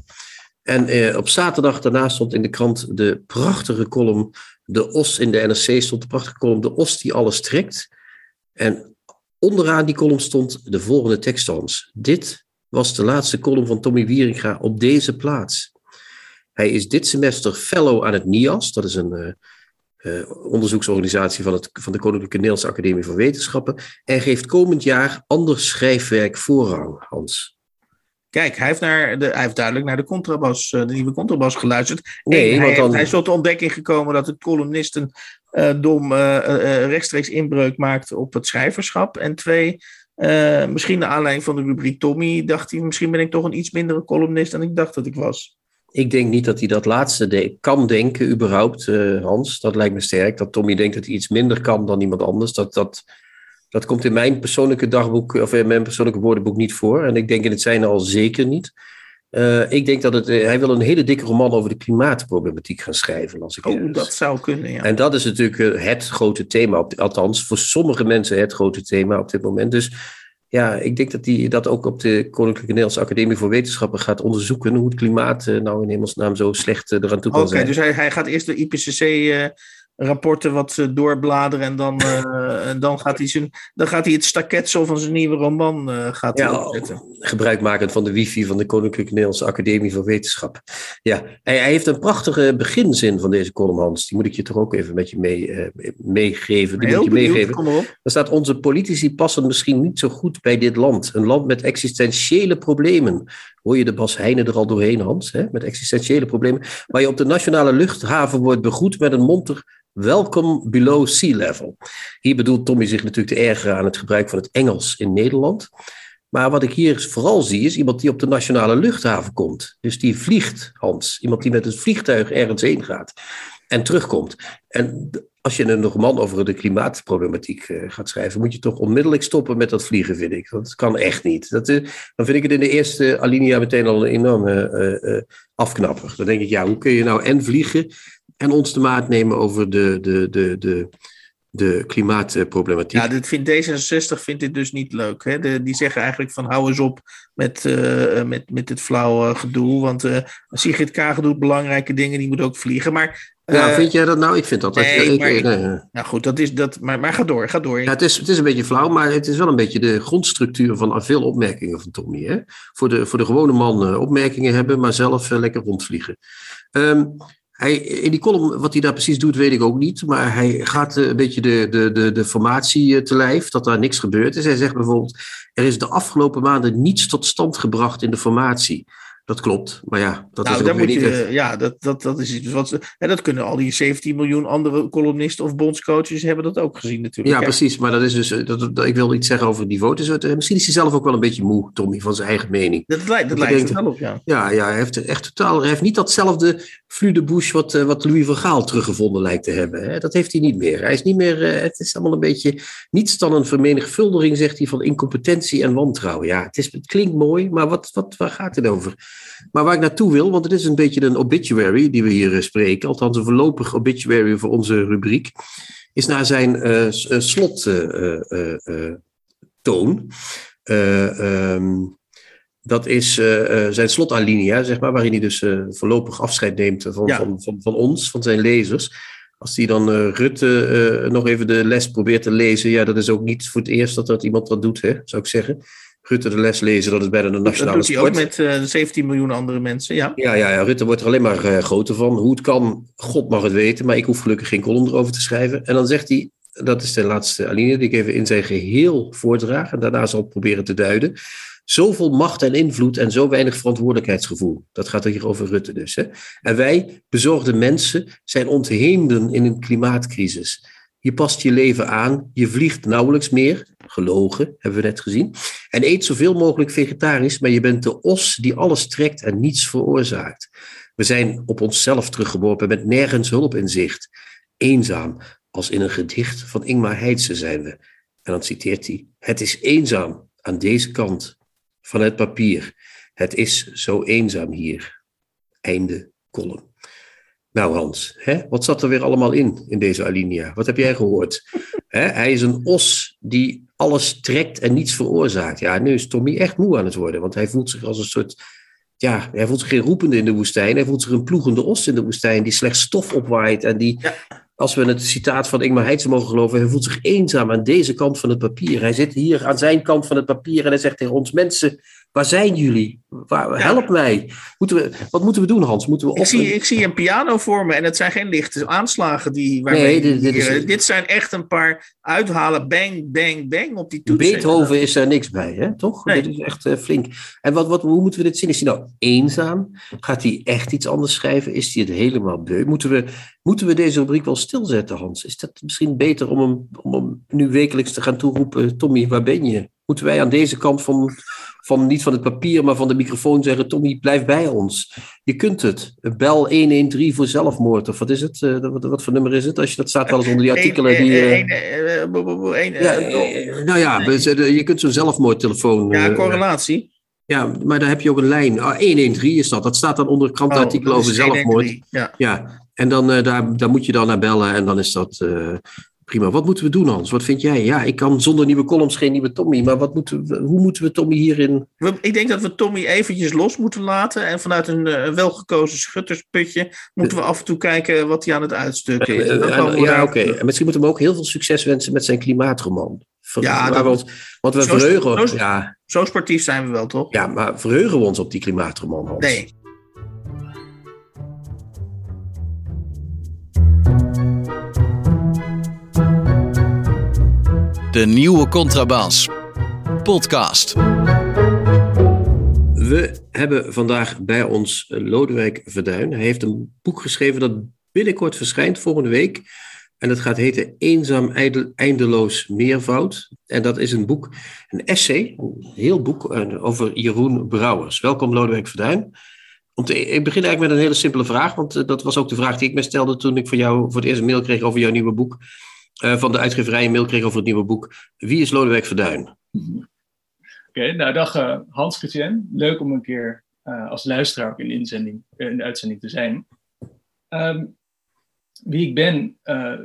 B: En op zaterdag daarna stond in de krant de prachtige column, de os in de NRC stond de prachtige column, de os die alles trekt. En onderaan die column stond de volgende tekst, Hans. Dit was de laatste column van Tommy Wieringa op deze plaats. Hij is dit semester fellow aan het NIAS, dat is een onderzoeksorganisatie van de Koninklijke Nederlandse Academie van Wetenschappen, en geeft komend jaar ander schrijfwerk voorrang, Hans.
C: Kijk, hij heeft duidelijk naar de nieuwe contrabas geluisterd.
B: Nee,
C: Hij is tot de ontdekking gekomen dat de columnisten rechtstreeks inbreuk maakten op het schrijverschap. En 2, misschien naar aanleiding van de rubriek Tommy, dacht hij, misschien ben ik toch een iets mindere columnist dan ik dacht dat ik was.
B: Ik denk niet dat hij dat laatste kan denken, überhaupt, Hans. Dat lijkt me sterk. Dat Tommy denkt dat hij iets minder kan dan iemand anders. Dat komt in mijn persoonlijke dagboek, of in mijn persoonlijke woordenboek niet voor. En ik denk in het zijne al zeker niet. Ik denk dat hij wil een hele dikke roman over de klimaatproblematiek gaan schrijven.
C: Dat zou kunnen, ja.
B: En dat is natuurlijk het grote thema, althans voor sommige mensen het grote thema op dit moment. Dus ja, ik denk dat hij dat ook op de Koninklijke Nederlandse Academie voor Wetenschappen gaat onderzoeken. Hoe het klimaat nou in hemelsnaam zo slecht eraan toe kan zijn.
C: Oké, dus hij gaat eerst de IPCC-rapporten wat doorbladeren en dan gaat hij het staketsel van zijn nieuwe roman opzetten.
B: Gebruikmakend van de wifi van de Koninklijke Nederlandse Academie voor Wetenschap. Ja, hij heeft een prachtige beginzin van deze column, Hans. Die moet ik je toch ook even met je meegeven.
C: Heel benieuwd, kom maar op.
B: Daar staat: onze politici passen misschien niet zo goed bij dit land. Een land met existentiële problemen. Hoor je de Bas Heijnen er al doorheen, Hans? Hè? Met existentiële problemen. Waar je op de nationale luchthaven wordt begroet met een monter welcome below sea level. Hier bedoelt Tommy zich natuurlijk te ergeren aan het gebruik van het Engels in Nederland. Maar wat ik hier vooral zie is iemand die op de nationale luchthaven komt. Dus die vliegt, Hans. Iemand die met het vliegtuig ergens heen gaat en terugkomt. En als je een roman over de klimaatproblematiek gaat schrijven, moet je toch onmiddellijk stoppen met dat vliegen, vind ik. Dat kan echt niet. Dan vind ik het in de eerste alinea meteen al een enorme afknapper. Dan denk ik, ja, hoe kun je nou en vliegen en ons de maat nemen over de klimaatproblematiek?
C: Ja, D66 vindt dit dus niet leuk. Hè? Die zeggen eigenlijk van hou eens op met het flauwe gedoe. Want Sigrid Kaag doet belangrijke dingen, die moet ook vliegen. Maar
B: vind jij dat nou? Ik vind dat...
C: Nee. Nou goed, dat is dat. Maar ga door.
B: Ja, het is een beetje flauw, maar het is wel een beetje de grondstructuur van veel opmerkingen van Tommy. Hè? Voor de gewone man opmerkingen hebben, maar zelf lekker rondvliegen. In die column, wat hij daar precies doet, weet ik ook niet. Maar hij gaat een beetje de formatie te lijf, dat daar niks gebeurd is. Hij zegt bijvoorbeeld, er is de afgelopen maanden niets tot stand gebracht in de formatie. Dat klopt, maar ja, dat is ook weer niet
C: dat is iets wat dat kunnen al die 17 miljoen andere columnisten of bondscoaches hebben dat ook gezien natuurlijk.
B: Ja, precies, maar dat is dus, ik wil iets zeggen over het niveau. Misschien is hij zelf ook wel een beetje moe, Tommy, van zijn eigen mening.
C: Dat lijkt er wel op, ja.
B: Ja, hij heeft echt totaal, hij heeft niet datzelfde flux de bouche wat Louis van Gaal teruggevonden lijkt te hebben. Hè? Dat heeft hij niet meer. Hij is niet meer, het is allemaal een beetje niets dan een vermenigvuldiging, zegt hij, van incompetentie en wantrouwen. Ja, het klinkt mooi, maar waar gaat het over? Maar waar ik naartoe wil, want het is een beetje een obituary die we hier spreken, althans een voorlopig obituary voor onze rubriek, is naar zijn slottoon. Dat is zijn slotalinea, zeg maar, waarin hij dus voorlopig afscheid neemt van ons, van zijn lezers. Als hij dan Rutte nog even de les probeert te lezen, ja, dat is ook niet voor het eerst dat iemand dat doet, hè, zou ik zeggen. Rutte de les lezen, dat is bijna de nationale sport.
C: Dat doet hij ook met 17 miljoen andere mensen, ja.
B: Ja, Rutte wordt er alleen maar groter van. Hoe het kan, God mag het weten, maar ik hoef gelukkig geen column erover te schrijven. En dan zegt hij, dat is de laatste alinea die ik even in zijn geheel voordraag en daarna zal proberen te duiden. Zoveel macht en invloed en zo weinig verantwoordelijkheidsgevoel. Dat gaat hier over Rutte dus. Hè? En wij, bezorgde mensen, zijn ontheemden in een klimaatcrisis. Je past je leven aan, je vliegt nauwelijks meer, gelogen, hebben we net gezien, en eet zoveel mogelijk vegetarisch, maar je bent de os die alles trekt en niets veroorzaakt. We zijn op onszelf teruggeworpen met nergens hulp in zicht. Eenzaam, als in een gedicht van Ingmar Heitse zijn we. En dan citeert hij, het is eenzaam aan deze kant van het papier. Het is zo eenzaam hier. Einde column. Nou Hans, wat zat er weer allemaal in deze alinea? Wat heb jij gehoord? Hij is een os die alles trekt en niets veroorzaakt. Ja, nu is Tommy echt moe aan het worden, want hij voelt zich als een soort... Ja, hij voelt zich geen roepende in de woestijn. Hij voelt zich een ploegende os in de woestijn die slechts stof opwaait. En die, als we het citaat van Ingmar Heitse mogen geloven, hij voelt zich eenzaam aan deze kant van het papier. Hij zit hier aan zijn kant van het papier en hij zegt tegen ons: mensen, waar zijn jullie? Help mij. Wat moeten we doen, Hans? Moeten we
C: ik zie een piano voor me en het zijn geen lichte aanslagen. Dit zijn echt een paar uithalen, bang, bang, bang op die toetsen.
B: Beethoven is er niks bij, hè? Toch? Nee. Dit is echt flink. En hoe moeten we dit zien? Is hij nou eenzaam? Gaat hij echt iets anders schrijven? Is hij het helemaal beu? Moeten we deze rubriek wel stilzetten, Hans? Is dat misschien beter om hem nu wekelijks te gaan toeroepen: Tommy, waar ben je? Moeten wij aan deze kant van niet van het papier, maar van de microfoon zeggen: Tommy, blijf bij ons. Je kunt het. Bel 113 voor zelfmoord. Of wat is het? Wat voor nummer is het? Dat staat wel eens onder die artikelen. Je kunt zo'n zelfmoordtelefoon...
C: Ja, correlatie.
B: Ja, maar daar heb je ook een lijn. 113 is dat. Dat staat dan onder krantenartikelen over zelfmoord. Ja. En dan daar moet je dan naar bellen en dan is dat... Prima. Wat moeten we doen, Hans? Wat vind jij? Ja, ik kan zonder nieuwe columns geen nieuwe Tommy. Maar hoe moeten we Tommy hierin...
C: Ik denk dat we Tommy eventjes los moeten laten. En vanuit een welgekozen schuttersputje moeten we af en toe kijken wat hij aan het uitstukken is.
B: Oké. En misschien moeten we hem ook heel veel succes wensen met zijn klimaatroman. Want we verheugen...
C: Zo sportief zijn we wel, toch?
B: Ja, maar verheugen we ons op die klimaatroman, Hans?
C: Nee.
A: De Nieuwe Contrabas. Podcast.
B: We hebben vandaag bij ons Lodewijk Verduin. Hij heeft een boek geschreven dat binnenkort verschijnt, volgende week. En dat gaat heten Eenzaam eindeloos meervoud. En dat is een boek, een essay, een heel boek over Jeroen Brouwers. Welkom Lodewijk Verduin. Ik begin eigenlijk met een hele simpele vraag, want dat was ook de vraag die ik me stelde toen ik van jou voor het eerst een mail kreeg over jouw nieuwe boek. Van de uitgeverij een mail kreeg over het nieuwe boek. Wie is Lodewijk Verduin?
D: Oké, dag Hans-Chrétien. Leuk om een keer als luisteraar ook in de uitzending te zijn. Wie ik ben?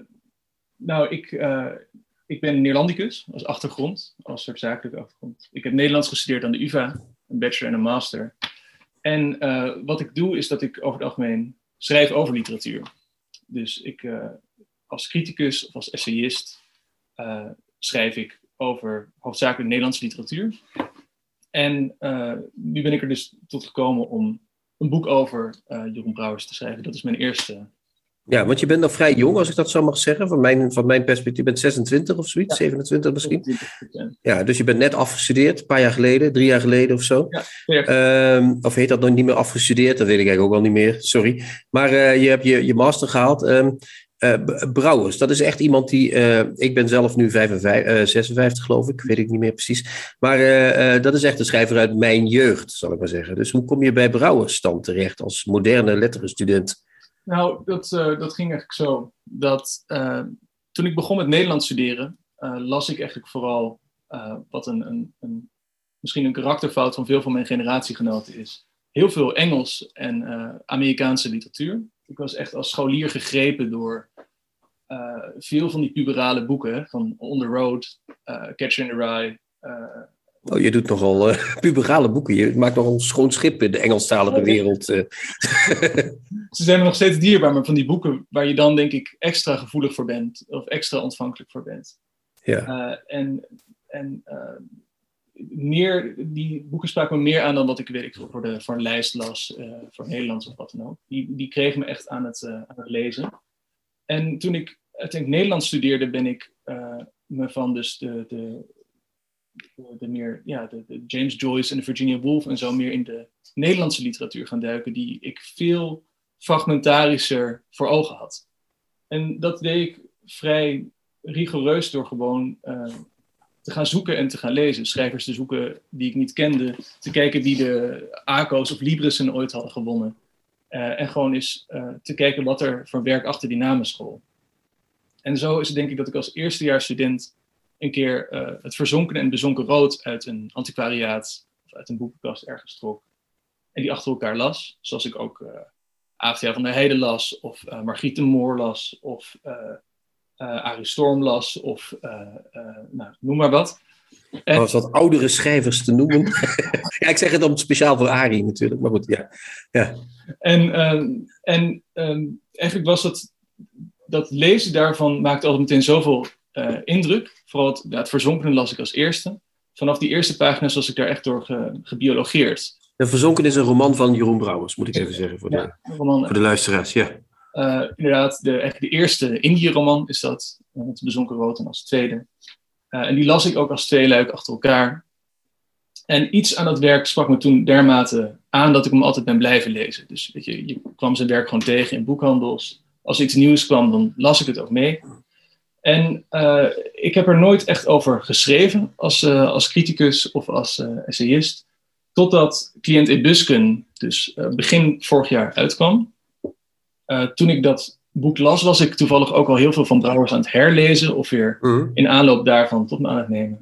D: Ik ben Neerlandicus als achtergrond, als soort zakelijke achtergrond. Ik heb Nederlands gestudeerd aan de UvA, een bachelor en een master. En wat ik doe is dat ik over het algemeen schrijf over literatuur. Dus ik... als criticus of als essayist schrijf ik over hoofdzakelijk Nederlandse literatuur. En nu ben ik er dus tot gekomen om een boek over Jeroen Brouwers te schrijven. Dat is mijn eerste...
B: Ja, want je bent nog vrij jong, als ik dat zo mag zeggen. Van mijn perspectief, je bent 26 of zoiets, 27 misschien. 27%. Ja, dus je bent net afgestudeerd, een paar jaar geleden, 3 jaar geleden of zo. Ja, of heet dat nog niet meer afgestudeerd? Dat weet ik eigenlijk ook al niet meer, sorry. Maar je hebt je master gehaald. Brouwers, dat is echt iemand die... ik ben zelf nu 56 geloof ik, weet ik niet meer precies. Maar dat is echt een schrijver uit mijn jeugd, zal ik maar zeggen. Dus hoe kom je bij Brouwers dan terecht als moderne letterenstudent?
D: Nou, dat ging eigenlijk zo. Dat toen ik begon met Nederlands studeren, las ik eigenlijk vooral wat misschien een karakterfout van veel van mijn generatiegenoten is. Heel veel Engels en Amerikaanse literatuur. Ik was echt als scholier gegrepen door veel van die puberale boeken. Van On the Road, Catcher in the Rye.
B: Je doet nogal puberale boeken. Je maakt nogal een schoon schip in de Engelstalige wereld. Ze
D: zijn me nog steeds dierbaar, maar van die boeken waar je dan denk ik extra gevoelig voor bent. Of extra ontvankelijk voor bent.
B: Ja.
D: Die boeken spraken me meer aan dan wat ik voor een lijst las, voor Nederlands of wat dan ook. Die kregen me echt aan het lezen. En toen ik uiteindelijk Nederlands studeerde, ben ik me van dus de James Joyce en de Virginia Woolf en zo meer in de Nederlandse literatuur gaan duiken, die ik veel fragmentarischer voor ogen had. En dat deed ik vrij rigoureus door gewoon... te gaan zoeken en te gaan lezen. Schrijvers te zoeken die ik niet kende. Te kijken wie de ACO's of Librissen ooit hadden gewonnen. En gewoon eens te kijken wat er voor werk achter die namen school. En zo is het denk ik dat ik als eerstejaarsstudent een keer het verzonken en bezonken rood uit een antiquariaat of uit een boekenkast ergens trok. En die achter elkaar las. Zoals ik ook A.F.T. van der Heijden las. Of Margriet de Moor las. Of... Arie Storm las of noem maar wat.
B: Als wat oudere schrijvers te noemen. Ja, ik zeg het speciaal voor Arie natuurlijk, maar goed, ja.
D: En eigenlijk was dat lezen daarvan maakte altijd meteen zoveel indruk. Vooral het Verzonkene las ik als eerste. Vanaf die eerste pagina's was ik daar echt door gebiologeerd.
B: De Verzonken is een roman van Jeroen Brouwers, moet ik even zeggen voor de luisteraars. Ja.
D: Inderdaad, de eerste Indië-roman is dat, met Bezonken Rood en als tweede. En die las ik ook als tweeluik achter elkaar. En iets aan dat werk sprak me toen dermate aan dat ik hem altijd ben blijven lezen. Dus weet je kwam zijn werk gewoon tegen in boekhandels. Als er iets nieuws kwam, dan las ik het ook mee. En ik heb er nooit echt over geschreven als criticus of als essayist. Totdat Cliënt Ebusken dus begin vorig jaar uitkwam. Toen ik dat boek las, was ik toevallig ook al heel veel van Brouwers aan het herlezen. Of weer in aanloop daarvan tot me aan het nemen.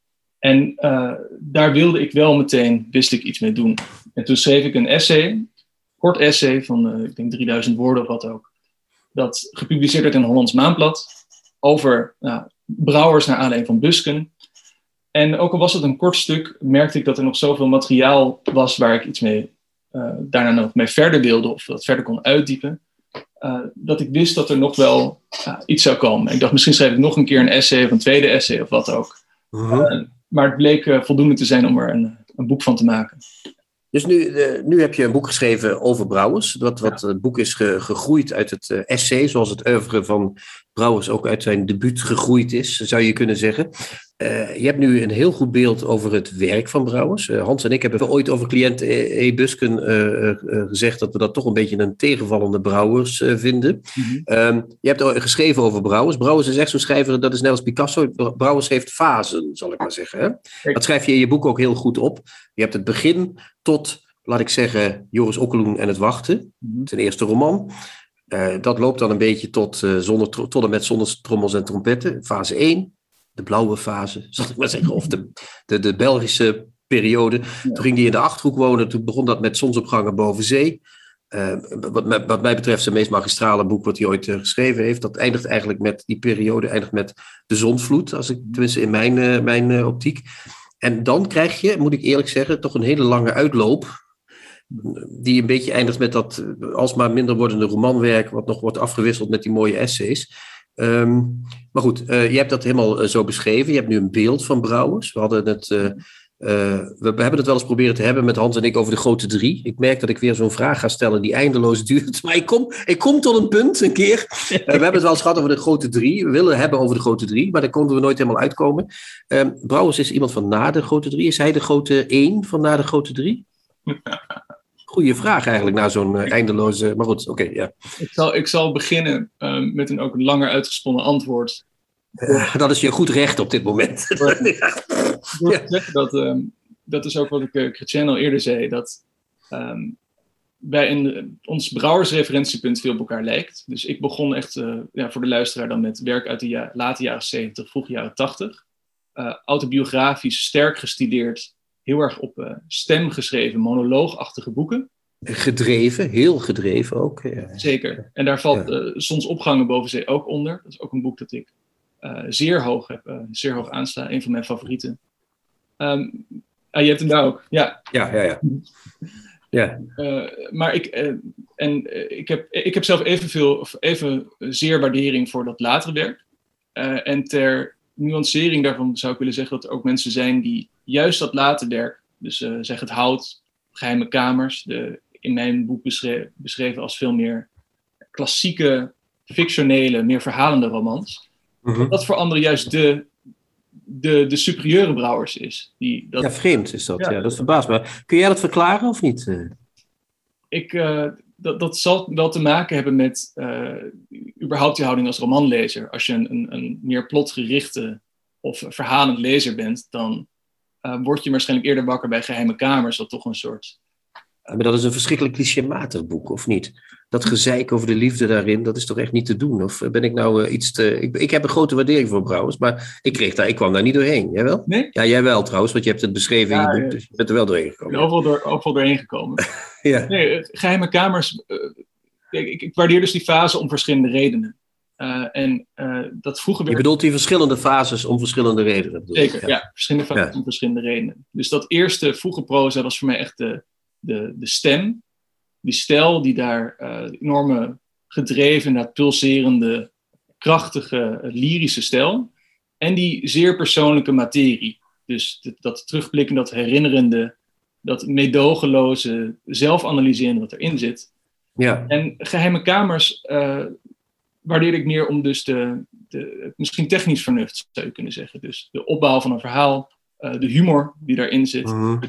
D: En daar wilde ik wel meteen, wist ik iets mee doen. En toen schreef ik een essay, kort essay van ik denk 3000 woorden of wat ook. Dat gepubliceerd werd in Hollands Maandblad. Over Brouwers naar aanleiding van Busken. En ook al was het een kort stuk, merkte ik dat er nog zoveel materiaal was waar ik iets mee daarna nog mee verder wilde of dat verder kon uitdiepen. Dat ik wist dat er nog wel iets zou komen. Ik dacht, misschien schrijf ik nog een keer een essay of een tweede essay of wat ook. Maar het bleek voldoende te zijn om er een boek van te maken.
B: Dus nu heb je een boek geschreven over Brouwers. Het boek is gegroeid uit het essay, zoals het oeuvre van Brouwers ook uit zijn debuut gegroeid is, zou je kunnen zeggen. Je hebt nu een heel goed beeld over het werk van Brouwers. Hans en ik hebben ooit over Cliënt Ebusken gezegd dat we dat toch een beetje een tegenvallende Brouwers vinden. Je hebt geschreven over Brouwers. Brouwers is echt zo'n schrijver, dat is net als Picasso. Brouwers heeft fasen, zal ik maar zeggen. Hè? Dat schrijf je in je boek ook heel goed op. Je hebt het begin tot, laat ik zeggen, Joris Okkeloen en het wachten. Zijn eerste roman. Dat loopt dan een beetje tot en met zonder trommels en trompetten. Fase 1. De blauwe fase, zal ik maar zeggen, of de Belgische periode. Ja. Toen ging hij in de Achterhoek wonen, toen begon dat met Zonsopgangen boven zee. Wat mij betreft zijn meest magistrale boek wat hij ooit geschreven heeft. Dat eindigt eigenlijk met die periode, met de Zondvloed, tenminste in mijn optiek. En dan krijg je, moet ik eerlijk zeggen, toch een hele lange uitloop. Die een beetje eindigt met dat alsmaar minder wordende romanwerk, wat nog wordt afgewisseld met die mooie essays. Maar goed, je hebt dat helemaal zo beschreven. Je hebt nu een beeld van Brouwers. We hebben het wel eens proberen te hebben met Hans en ik over de grote drie. Ik merk dat ik weer zo'n vraag ga stellen die eindeloos duurt. Maar ik kom tot een punt een keer. We hebben het wel eens gehad over de grote drie. We willen hebben over de grote drie, maar daar konden we nooit helemaal uitkomen. Brouwers is iemand van na de grote drie. Is hij de grote één van na de grote drie? Goeie vraag eigenlijk, na zo'n eindeloze... Maar goed, oké, ja.
D: Ik zal beginnen met een ook langer uitgesponnen antwoord.
B: Dat is je goed recht op dit moment.
D: Door te zeggen dat is ook wat ik Chrétien al eerder zei, dat bij ons Brouwers-referentiepunt veel op elkaar lijkt. Dus ik begon echt, voor de luisteraar dan met werk uit de late jaren 70, vroege jaren 80. Autobiografisch, sterk gestileerd, heel erg op stem geschreven, monoloogachtige boeken.
B: Gedreven, heel gedreven ook. Ja.
D: Zeker. En daar valt Zonsopgangen boven zee ook onder. Dat is ook een boek dat ik zeer hoog aansta. Een van mijn favorieten. Je hebt hem daar ook. Ja. Maar ik heb zelf even zeer waardering voor dat latere werk. En ter nuancering daarvan zou ik willen zeggen dat er ook mensen zijn die juist dat late werk, dus zeg het Hout, Geheime Kamers, in mijn boek beschreven als veel meer klassieke, fictionele, meer verhalende romans. Dat voor anderen juist de superieure Brouwers is.
B: Ja, vreemd is dat. Ja, dat verbaast me. Kun jij dat verklaren of niet?
D: Dat zal wel te maken hebben met überhaupt die houding als romanlezer. Als je een meer plotgerichte of verhalend lezer bent, dan word je waarschijnlijk eerder wakker bij Geheime Kamers, wat toch een soort...
B: Maar dat is een verschrikkelijk clichématig boek, of niet? Dat gezeik over de liefde daarin, dat is toch echt niet te doen? Of ben ik nou iets te... Ik heb een grote waardering voor Brouwers, maar ik kwam daar niet doorheen. Jij wel?
D: Nee?
B: Ja, jij wel trouwens, want je hebt het beschreven in je boek, dus je bent er wel doorheen gekomen.
D: Ik ben overal doorheen gekomen.
B: Ja.
D: Nee, Geheime Kamers... ik waardeer dus die fase om verschillende redenen. Dat vroege
B: Je
D: werk...
B: bedoelt die verschillende fases om verschillende redenen.
D: Zeker, ja. Verschillende fases om verschillende redenen. Dus dat eerste vroege proza was voor mij echt de stem. Die stijl die daar enorme gedreven, pulserende, krachtige, lyrische stijl. En die zeer persoonlijke materie. Dus dat terugblikken, dat herinnerende, dat meedogenloze, zelfanalyserende wat erin zit.
B: Ja.
D: En Geheime Kamers waardeerde ik meer om dus misschien technisch vernuft, zou je kunnen zeggen. Dus de opbouw van een verhaal, de humor die daarin zit,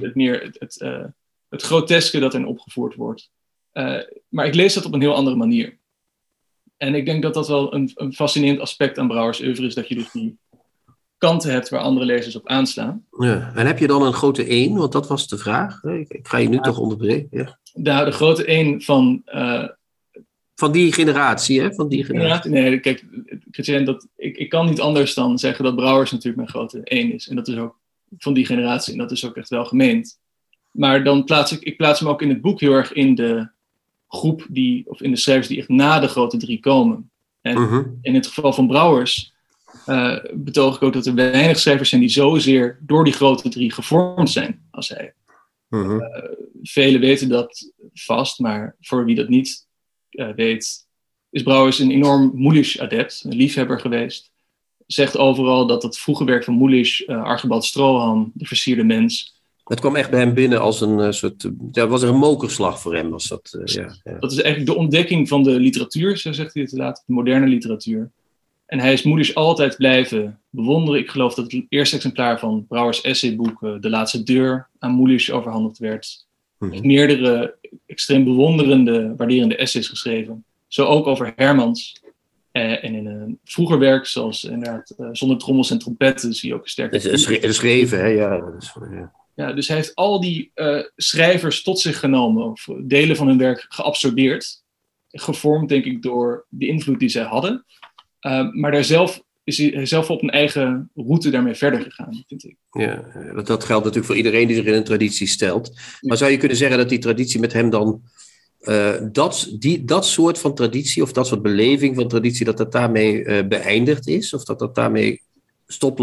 D: het groteske dat erin opgevoerd wordt. Maar ik lees dat op een heel andere manier. En ik denk dat dat wel een fascinerend aspect aan Brouwers oeuvre is, dat je dus die kanten hebt waar andere lezers op aanslaan.
B: Ja. En heb je dan een grote 1? Want dat was de vraag. Ik ga je nu toch onderbreken. Ja.
D: De grote 1 van...
B: Van die generatie, hè? Van die generatie.
D: Nee, kijk, Chrétien, ik kan niet anders dan zeggen dat Brouwers natuurlijk mijn grote 1 is. En dat is ook van die generatie. En dat is ook echt wel gemeend. Maar dan plaats ik plaats hem ook in het boek heel erg in de groep of in de schrijvers die echt na de grote 3 komen. En in het geval van Brouwers betoog ik ook dat er weinig schrijvers zijn die zozeer door die grote 3 gevormd zijn als hij. Velen weten dat vast, maar voor wie dat niet weet, is Brouwers een enorm Mulisch-adept, een liefhebber geweest. Zegt overal dat het vroege werk van Mulisch, Archibald Stroham, De Versierde Mens...
B: Het kwam echt bij hem binnen als een soort... Ja, was er een mokerslag voor hem. Was dat, ja.
D: Dat is eigenlijk de ontdekking van de literatuur, zo zegt hij het later, de moderne literatuur. En hij is Mulisch altijd blijven bewonderen. Ik geloof dat het eerste exemplaar van Brouwers essayboek De Laatste Deur aan Mulisch overhandigd werd. Hij heeft meerdere extreem bewonderende, waarderende essays geschreven. Zo ook over Hermans. En in een vroeger werk, zoals inderdaad Zonder trommels en trompetten, zie je ook een sterke...
B: Het is geschreven, hè? Ja.
D: Ja, dus hij heeft al die schrijvers tot zich genomen, of delen van hun werk geabsorbeerd. Gevormd, denk ik, door de invloed die zij hadden. Maar is hij zelf op een eigen route daarmee verder gegaan, vind ik.
B: Ja, dat geldt natuurlijk voor iedereen die zich in een traditie stelt. Maar zou je kunnen zeggen dat die traditie met hem dan... dat soort van traditie, of dat soort beleving van traditie, dat daarmee beëindigd is? Of dat daarmee stopt...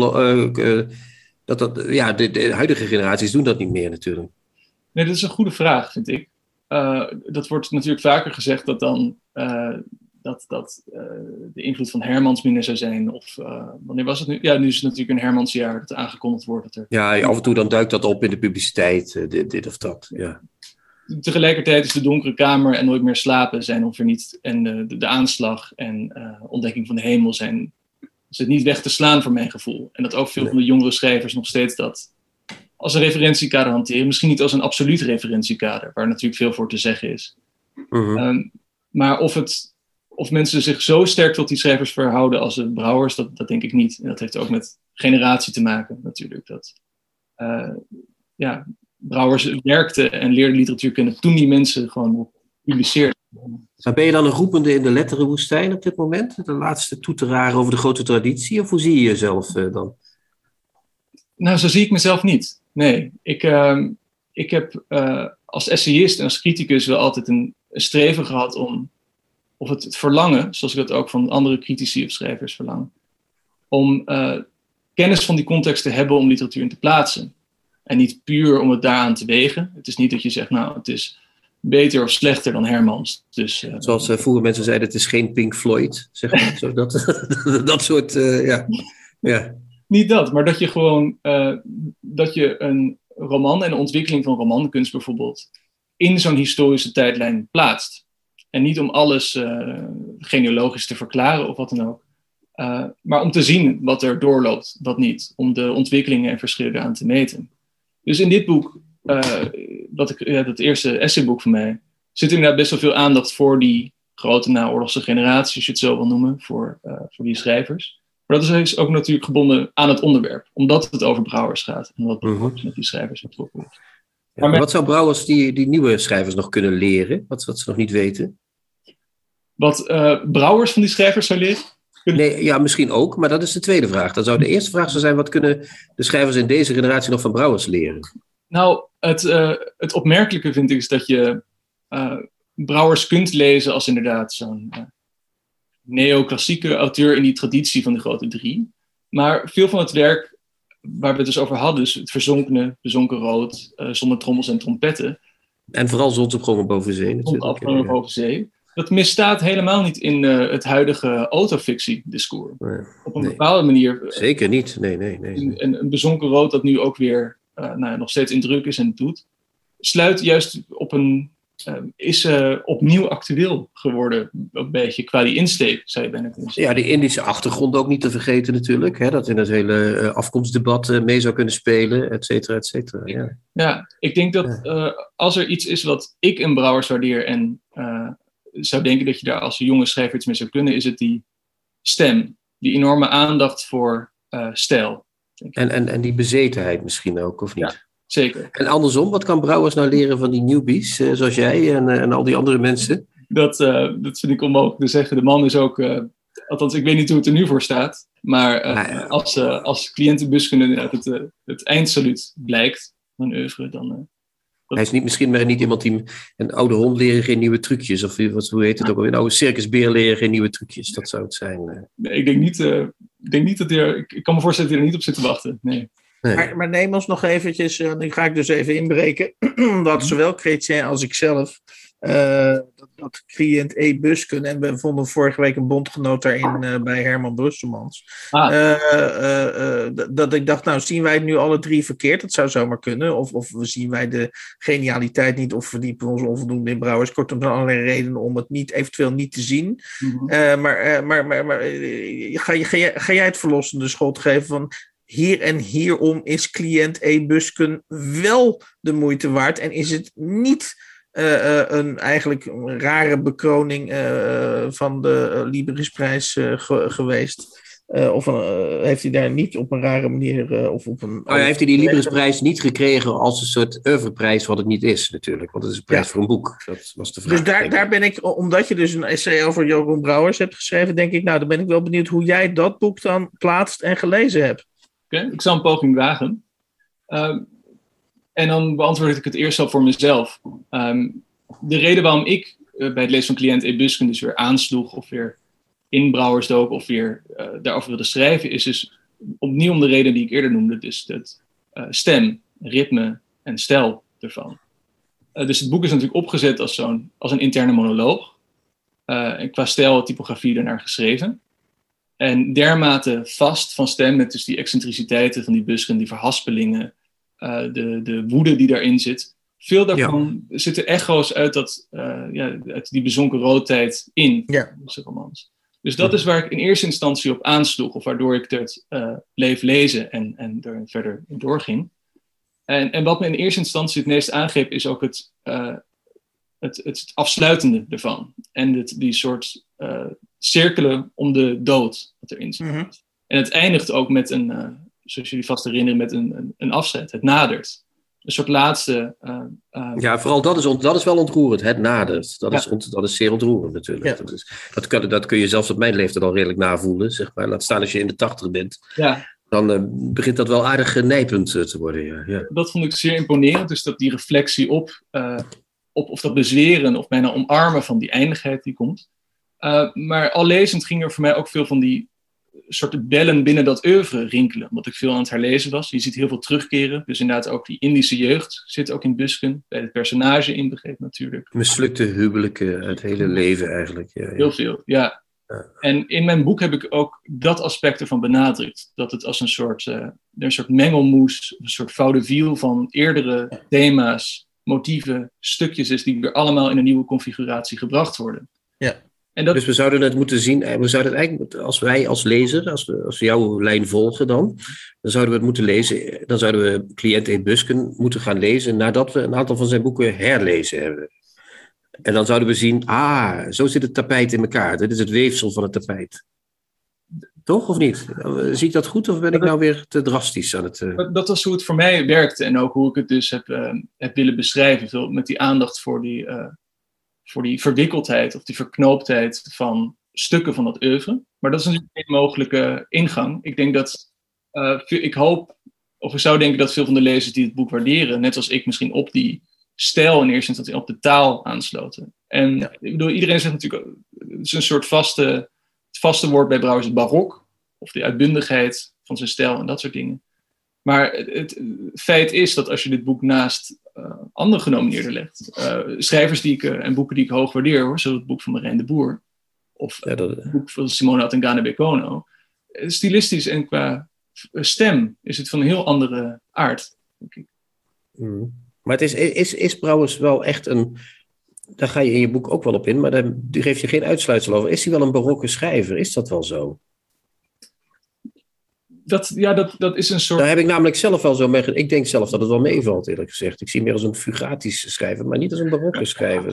B: de huidige generaties doen dat niet meer natuurlijk.
D: Nee, dat is een goede vraag, vind ik. Dat wordt natuurlijk vaker gezegd dat dan... de invloed van Hermans minder zou zijn. Of wanneer was het nu? Ja, nu is het natuurlijk een Hermansjaar dat aangekondigd wordt. Dat er...
B: Ja, af en toe dan duikt dat op in de publiciteit, dit of dat. Ja.
D: Tegelijkertijd is De Donkere Kamer en Nooit meer slapen zijn onverniet. En de aanslag en Ontdekking van de hemel zijn het niet weg te slaan voor mijn gevoel. En dat ook veel van de jongere schrijvers nog steeds dat als een referentiekader hanteren. Misschien niet als een absoluut referentiekader, waar natuurlijk veel voor te zeggen is. Maar of mensen zich zo sterk tot die schrijvers verhouden als de Brouwers, dat denk ik niet. En dat heeft ook met generatie te maken natuurlijk. Dat Brouwers werkte en leerde literatuurkunde toen die mensen gewoon publiceerden.
B: Maar ben je dan een roepende in de letterenwoestijn op dit moment? De laatste toeteraar over de grote traditie? Of hoe zie je jezelf dan?
D: Nou, zo zie ik mezelf niet. Nee, ik heb als essayist en als criticus wel altijd een streven gehad om... of het verlangen, zoals ik dat ook van andere critici of schrijvers verlang, om kennis van die context te hebben om literatuur in te plaatsen. En niet puur om het daaraan te wegen. Het is niet dat je zegt, nou, het is beter of slechter dan Hermans. Dus,
B: zoals vroeger mensen zeiden, het is geen Pink Floyd. Zeg maar. Zo, dat soort, ja.
D: Niet dat, maar dat je gewoon, dat je een roman en de ontwikkeling van romankunst bijvoorbeeld in zo'n historische tijdlijn plaatst. En niet om alles genealogisch te verklaren of wat dan ook. Maar om te zien wat er doorloopt, wat niet. Om de ontwikkelingen en verschillen eraan te meten. Dus in dit boek, dat eerste essayboek van mij, zit inderdaad best wel veel aandacht voor die grote naoorlogse generatie, als je het zo wil noemen, voor die schrijvers. Maar dat is ook natuurlijk gebonden aan het onderwerp, omdat het over Brouwers gaat. En wat met die schrijvers betrokken is.
B: Ja, maar wat zou Brouwers die nieuwe schrijvers nog kunnen leren? Wat ze nog niet weten?
D: Wat Brouwers van die schrijvers zou leren?
B: Nee, ja, misschien ook, maar dat is de tweede vraag. Dan zou de eerste vraag zijn, wat kunnen de schrijvers in deze generatie nog van Brouwers leren?
D: Nou, het opmerkelijke vind ik is dat je Brouwers kunt lezen als inderdaad zo'n neoclassieke auteur in die traditie van de grote drie. Maar veel van het werk waar we het dus over hadden, dus het bezonken rood, zonder trommels en trompetten.
B: En vooral Zonsopgangen boven zee natuurlijk.
D: Zonsopgangen boven zee. Dat misstaat helemaal niet in het huidige autofictie-discours.
B: Nee,
D: Op een bepaalde manier.
B: Zeker niet, nee.
D: Een bezonken rood dat nu ook weer nog steeds in druk is en doet, sluit juist op is opnieuw actueel geworden, een beetje qua die insteek, zou je bijna kunnen zeggen.
B: Ja, die Indische achtergrond ook niet te vergeten natuurlijk, hè, dat in het hele afkomstdebat mee zou kunnen spelen, et cetera, et cetera.
D: Ja, ik denk dat als er iets is wat ik in Brouwers waardeer en zou denken dat je daar als jonge schrijver iets mee zou kunnen, is het die stem, die enorme aandacht voor stijl.
B: En die bezetenheid misschien ook, of niet?
D: Ja. Zeker.
B: En andersom, wat kan Brouwers nou leren van die newbies, zoals jij en al die andere mensen?
D: Dat vind ik onmogelijk te zeggen. De man is ook, althans ik weet niet hoe het er nu voor staat, maar als cliëntenbuskunde het eindsaluut blijkt van oeuvre, dan...
B: Hij is misschien niet iemand die een oude hond leren geen nieuwe trucjes, of hoe heet het ook, een oude circusbeer leren geen nieuwe trucjes, dat zou het zijn.
D: Nee, ik denk niet dat hij ik kan me voorstellen dat hij er niet op zit te wachten, nee.
C: Nee. Maar neem ons nog eventjes, nu ga ik dus even inbreken, dat zowel Chrétien als ik zelf, dat cliënt E-buskunde, en we vonden vorige week een bondgenoot daarin bij Herman Brusselmans, dat ik dacht, nou zien wij het nu alle drie verkeerd, dat zou zomaar kunnen, of zien wij de genialiteit niet, of verdiepen we ons onvoldoende in Brouwers, kortom, er zijn allerlei redenen om het eventueel niet te zien. Maar ga jij het verlossende schot geven van... Hier en hierom is cliënt E-buskunde wel de moeite waard. En is het niet eigenlijk een rare bekroning van de Librisprijs geweest? Of heeft hij daar niet op een rare manier...
B: heeft hij die Librisprijs niet gekregen als een soort oeuvreprijs, wat het niet is natuurlijk. Want het is een prijs voor een boek. Dat was de vraag.
C: Dus daar ben ik, omdat je dus een essay over Jeroen Brouwers hebt geschreven, denk ik, nou, dan ben ik wel benieuwd hoe jij dat boek dan plaatst en gelezen hebt.
D: Okay, ik zal een poging wagen. En dan beantwoord ik het eerst al voor mezelf. De reden waarom ik bij het lezen van cliënt E-buskunde dus weer aansloeg of weer in Brouwers dook of weer daarover wilde schrijven, is dus opnieuw om de reden die ik eerder noemde. Dus het stem, ritme en stijl ervan. Dus het boek is natuurlijk opgezet als een interne monoloog. En qua stijl, typografie daarnaar geschreven. En dermate vast van stem, met dus die excentriciteiten van die buskunde, die verhaspelingen, de woede die daarin zit. Veel daarvan zitten echo's uit uit die bezonken roodtijd in deze romans. Dus dat is waar ik in eerste instantie op aansloeg, of waardoor ik het bleef lezen en er verder doorging. En wat me in eerste instantie het meest aangreep, is ook het afsluitende ervan. En die soort cirkelen om de dood wat erin zit. Mm-hmm. En het eindigt ook met zoals jullie vast herinneren, met een afzet. Het nadert. Een soort laatste...
B: vooral dat is wel ontroerend. Het nadert. Dat is zeer ontroerend natuurlijk. Ja. Dat kun je zelfs op mijn leeftijd al redelijk navoelen. Zeg maar. Laat staan als je in de 80 bent.
D: Ja.
B: Dan begint dat wel aardig nijpend te worden. Ja.
D: Dat vond ik zeer imponerend. Dus dat die reflectie op of dat bezweren of bijna omarmen van die eindigheid die komt. Maar al lezend ging er voor mij ook veel van die soorten bellen binnen dat oeuvre rinkelen. Omdat ik veel aan het herlezen was. Je ziet heel veel terugkeren. Dus inderdaad ook die Indische jeugd zit ook in Busken. Bij het personage inbegrepen natuurlijk.
B: Mislukte huwelijken, het hele leven eigenlijk. Ja.
D: Heel veel, ja. En in mijn boek heb ik ook dat aspect ervan benadrukt. Dat het als een soort mengelmoes, een soort vaudeville van eerdere thema's, motieven, stukjes is die weer allemaal in een nieuwe configuratie gebracht worden.
B: Ja. Dus we zouden het moeten zien, we zouden het eigenlijk, als wij als lezer, als we jouw lijn volgen dan zouden we het moeten lezen, dan zouden we cliënt E-buskunde moeten gaan lezen nadat we een aantal van zijn boeken herlezen hebben. En dan zouden we zien, zo zit het tapijt in elkaar, dit is het weefsel van het tapijt. Toch, of niet? Zie ik dat goed, of ben ik nou weer te drastisch aan het...
D: Dat was hoe het voor mij werkte en ook hoe ik het dus heb willen beschrijven, veel met die aandacht voor die verwikkeldheid of die verknooptheid van stukken van dat oeuvre. Maar dat is natuurlijk geen mogelijke ingang. Ik denk dat, ik zou denken dat veel van de lezers die het boek waarderen, net als ik misschien op die stijl in eerste instantie op de taal aansloten. En ik bedoel, iedereen zegt natuurlijk, het is een soort vaste Het vaste woord bij Brouwers is barok, of de uitbundigheid van zijn stijl en dat soort dingen. Maar het feit is dat als je dit boek naast andere genomineerden legt, schrijvers en boeken die ik hoog waardeer, hoor, zoals het boek van Marijn de Boer, of het boek van Simona Atangana Bekono, stilistisch en qua stem is het van een heel andere aard, denk ik.
B: Maar het is Brouwers wel echt een... Daar ga je in je boek ook wel op in, maar daar geef je geen uitsluitsel over. Is hij wel een barokke schrijver? Is dat wel zo?
D: Dat is een soort...
B: Daar heb ik namelijk zelf wel zo mee... Ik denk zelf dat het wel meevalt, eerlijk gezegd. Ik zie meer als een fugatisch schrijver, maar niet als een barokke schrijver.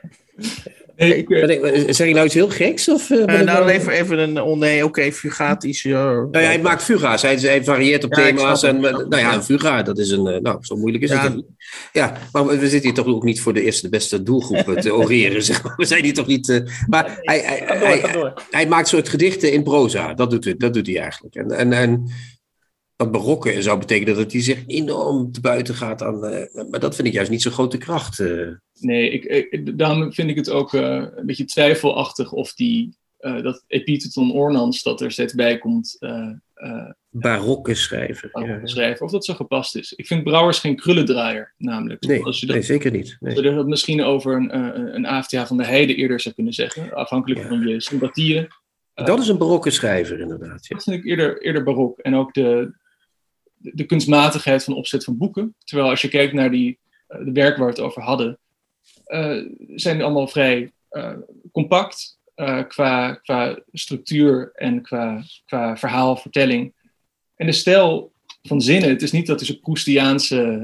B: Zeg ik nou iets heel geks? Of,
C: even een... Oké, fugatisch.
B: Hij maakt fuga's. Hij varieert op thema's. Een fuga, dat is een... zo moeilijk is het niet. Ja, maar we zitten hier toch ook niet voor de beste doelgroep te oreren. Zeg maar. We zijn hier toch niet... maar hij maakt soort gedichten in proza. Dat doet hij eigenlijk. En dat barokke zou betekenen dat hij zich enorm te buiten gaat aan... maar dat vind ik juist niet zo'n grote kracht.
D: Nee, daarom vind ik het ook een beetje twijfelachtig of dat epiteton ornans dat er steeds bij komt...
B: barokke schrijver.
D: Schrijver, of dat zo gepast is. Ik vind Brouwers geen krullendraaier, namelijk.
B: Nee, zeker niet. Nee.
D: Je dat misschien over een AFTH van de Heide eerder zou kunnen zeggen, afhankelijk van je sympathieën.
B: Dat is een barokke schrijver, inderdaad. Ja.
D: Dat vind ik eerder barok. En ook de kunstmatigheid van de opzet van boeken. Terwijl als je kijkt naar de werk waar we het over hadden, zijn die allemaal vrij compact qua structuur en qua verhaalvertelling. En de stijl van zinnen, het is niet dat hij zo'n Proustiaanse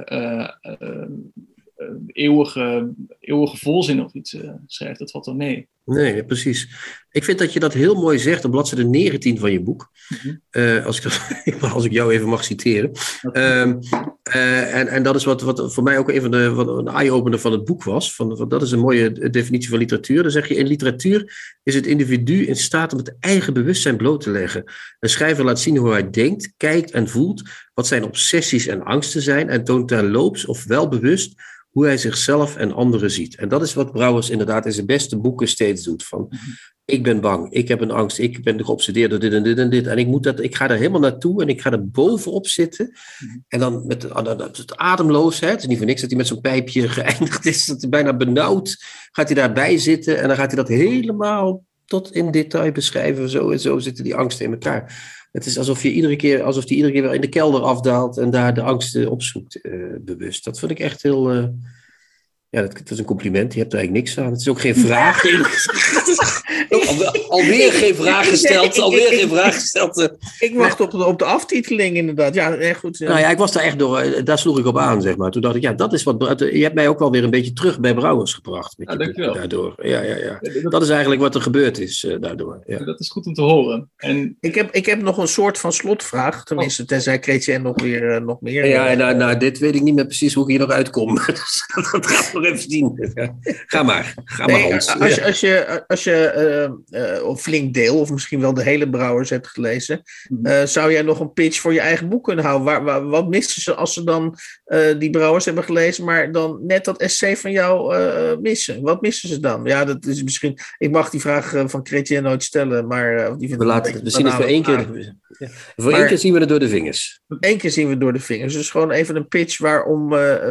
D: eeuwige volzin of iets schrijft, dat valt wel mee.
B: Nee, precies. Ik vind dat je dat heel mooi zegt op bladzijde 19 van je boek. Als ik jou even mag citeren. En dat is wat voor mij ook even een eye-opener van het boek was. Dat is een mooie definitie van literatuur. Dan zeg je, in literatuur is het individu in staat om het eigen bewustzijn bloot te leggen. Een schrijver laat zien hoe hij denkt, kijkt en voelt, wat zijn obsessies en angsten zijn, en toont terloops of wel bewust hoe hij zichzelf en anderen ziet. En dat is wat Brouwers inderdaad in zijn beste boeken steeds doet. Van, ik ben bang, ik heb een angst, ik ben geobsedeerd door dit en dit en dit. En ik ga er helemaal naartoe en ik ga er bovenop zitten. En dan met het ademloosheid. Het is niet voor niks dat hij met zo'n pijpje geëindigd is. Dat hij bijna benauwd gaat hij daarbij zitten. En dan gaat hij dat helemaal tot in detail beschrijven. Zo zitten die angsten in elkaar. Het is alsof hij iedere keer weer in de kelder afdaalt en daar de angsten opzoekt, bewust. Dat vind ik echt heel... dat is een compliment. Je hebt er eigenlijk niks aan. Het is ook geen vraag. Alweer geen vraag gesteld.
C: Ik wacht op de aftiteling inderdaad. Ja, echt goed.
B: Nou ja, ik was daar echt daar sloeg ik op aan, zeg maar. Toen dacht ik, dat is wat... Je hebt mij ook wel weer een beetje terug bij Brouwers gebracht. Met je
D: dankjewel.
B: Daardoor. Ja. Dat is eigenlijk wat er gebeurd is daardoor. Ja.
D: Dat is goed om te horen. En...
C: Ik heb nog een soort van slotvraag. Tenminste, tenzij Chrétien nog meer...
B: Ja, en dit weet ik niet meer precies hoe ik hier nog uitkom. Dus dat gaat nog even zien. Ga maar Hans.
C: Als je een flink deel, of misschien wel de hele Brouwers hebt gelezen, zou jij nog een pitch voor je eigen boek kunnen houden? Wat missen ze als ze dan die Brouwers hebben gelezen, maar dan net dat essay van jou missen? Wat missen ze dan? Ja, dat is misschien... Ik mag die vraag van Chrétien nooit stellen, maar...
B: We zien het voor één keer... Voor één keer zien we het door de vingers.
C: Eén keer zien we het door de vingers. Dus gewoon even een pitch waarom...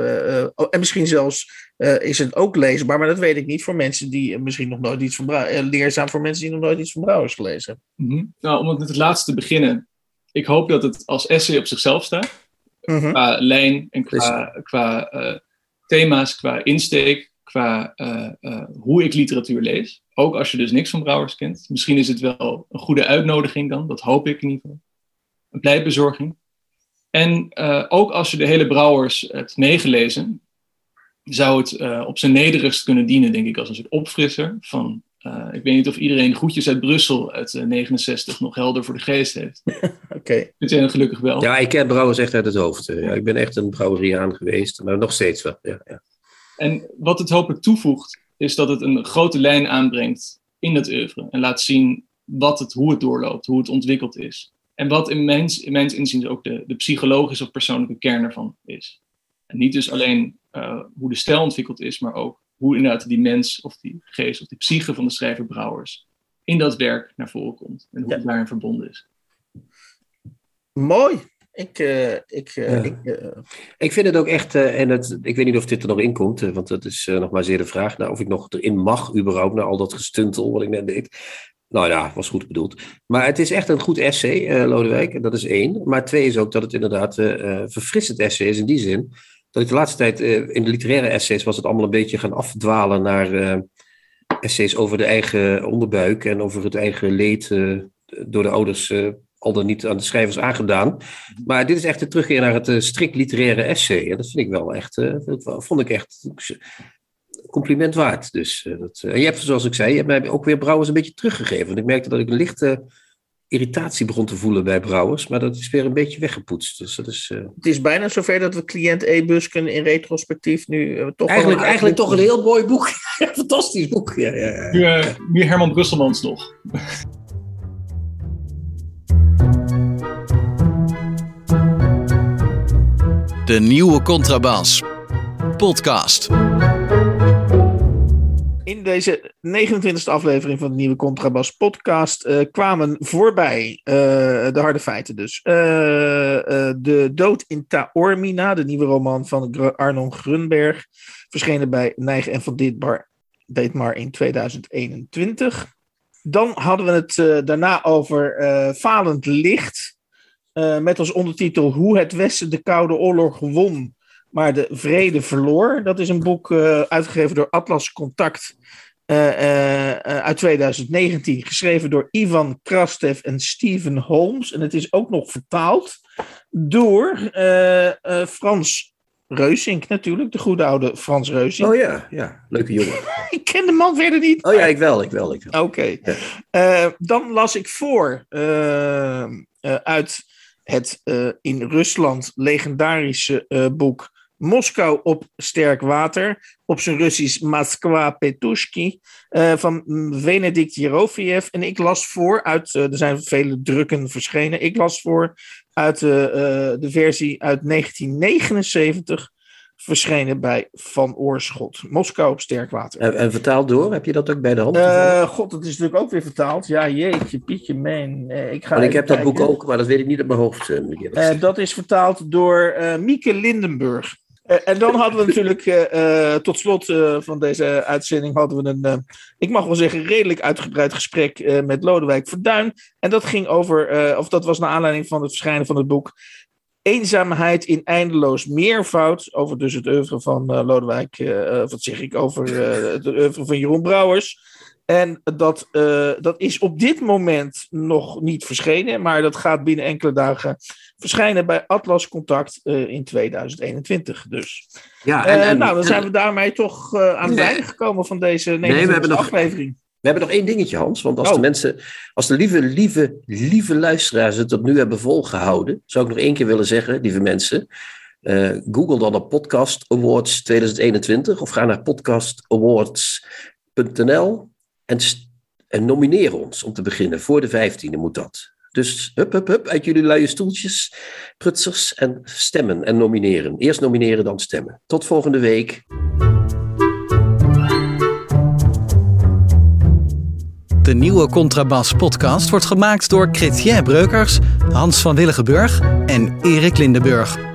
C: en misschien zelfs is het ook leesbaar, maar dat weet ik niet voor mensen die misschien nog nooit iets van leerzaam voor mensen die nog nooit iets van Brouwers gelezen.
D: Nou, om met het laatste te beginnen. Ik hoop dat het als essay op zichzelf staat. Qua lijn en qua thema's, qua insteek, qua hoe ik literatuur lees. Ook als je dus niks van Brouwers kent. Misschien is het wel een goede uitnodiging dan. Dat hoop ik in ieder geval. Een pleitbezorging. En ook als je de hele Brouwers hebt meegelezen, zou het op zijn nederigst kunnen dienen, denk ik, als een soort opfrisser van... ik weet niet of iedereen Groetjes uit Brussel uit 69 nog helder voor de geest heeft.
C: Oké.
D: Dit zijn gelukkig wel.
B: Ja, ik ken Brouwers echt uit het hoofd. Ik ben echt een brouweriaan geweest, maar nog steeds wel. Ja.
D: En wat het hopelijk toevoegt, is dat het een grote lijn aanbrengt in het oeuvre. En laat zien hoe het doorloopt, hoe het ontwikkeld is. En wat in mijn inziens ook de psychologische of persoonlijke kern ervan is. En niet dus alleen hoe de stijl ontwikkeld is, maar ook hoe inderdaad die mens of die geest of die psyche van de schrijver Brouwers in dat werk naar voren komt. En hoe het daarin verbonden is.
C: Mooi.
B: Ik vind het ook echt, ik weet niet of dit er nog in komt, want dat is nog maar zeer de vraag, of ik nog erin mag überhaupt, na al dat gestuntel wat ik net deed. Nou ja, was goed bedoeld. Maar het is echt een goed essay, Lodewijk, dat is 1. Maar 2 is ook dat het inderdaad verfrissend essay is in die zin, dat ik de laatste tijd in de literaire essays was het allemaal een beetje gaan afdwalen naar essays over de eigen onderbuik en over het eigen leed door de ouders al dan niet aan de schrijvers aangedaan. Maar dit is echt een terugkeer naar het strikt literaire essay. En dat vind ik wel echt, vond ik echt compliment waard. Dus, en je hebt, zoals ik zei, je hebt mij ook weer Brouwers een beetje teruggegeven. Want ik merkte dat ik een lichte irritatie begon te voelen bij Brouwers. Maar dat is weer een beetje weggepoetst. Dus dat is,
C: Het is bijna zover dat we cliënt E-Busken in retrospectief nu toch...
B: Eigenlijk toch een heel mooi boek. Fantastisch boek. Ja.
D: Nu Herman Brusselmans nog.
A: De Nieuwe Contrabas podcast.
C: In deze 29e aflevering van de Nieuwe Contrabas podcast kwamen voorbij de harde feiten dus. De Dood in Taormina, de nieuwe roman van Arnon Grunberg, verschenen bij Nijg en van Ditmar in 2021. Dan hadden we het daarna over Falend Licht. Met als ondertitel Hoe het Westen de Koude Oorlog won, maar de vrede verloor. Dat is een boek uitgegeven door Atlas Contact uit 2019. Geschreven door Ivan Krastev en Steven Holmes. En het is ook nog vertaald door Frans Reusink natuurlijk. De goede oude Frans Reusink.
B: Oh ja. Leuke jongen.
C: Ik ken de man verder niet.
B: Oh ja, ik wel.
C: Oké. Dan las ik voor uit het in Rusland legendarische boek Moskou op sterk water, op zijn Russisch Moskwa Petushki, van Venedikt Jerofiev. En ik las voor uit, er zijn vele drukken verschenen, ik las voor uit de versie uit 1979, verschenen bij Van Oorschot. Moskou op sterk water.
B: En vertaald door? Heb je dat ook bij de hand?
C: God, dat is natuurlijk ook weer vertaald. Ja, jeetje, Pietje, man. Ik
B: heb dat boek ook, maar dat weet ik niet op mijn hoofd.
C: Dat is vertaald door Mieke Lindenburg. En dan hadden we natuurlijk, tot slot van deze uitzending, hadden we een, ik mag wel zeggen, redelijk uitgebreid gesprek met Lodewijk Verduin. En dat ging over, dat was naar aanleiding van het verschijnen van het boek Eenzaamheid in eindeloos meervoud. Over dus het oeuvre van Lodewijk, over het oeuvre van Jeroen Brouwers. En dat is op dit moment nog niet verschenen, maar dat gaat binnen enkele dagen verschijnen bij Atlas Contact in 2021 dus. Ja, dan zijn we daarmee toch aan het einde gekomen van deze 29e aflevering.
B: We hebben nog één dingetje, Hans. Want als de lieve luisteraars het tot nu hebben volgehouden, zou ik nog één keer willen zeggen, lieve mensen, Google dan op Podcast Awards 2021 of ga naar podcastawards.nl en nomineer ons om te beginnen. Voor de 15e moet dat. Dus hup, uit jullie luie stoeltjes, prutsers, en stemmen en nomineren. Eerst nomineren, dan stemmen. Tot volgende week.
A: De Nieuwe Contrabas podcast wordt gemaakt door Chrétien Breukers, Hans van Willigenburg en Erik Lindenburg.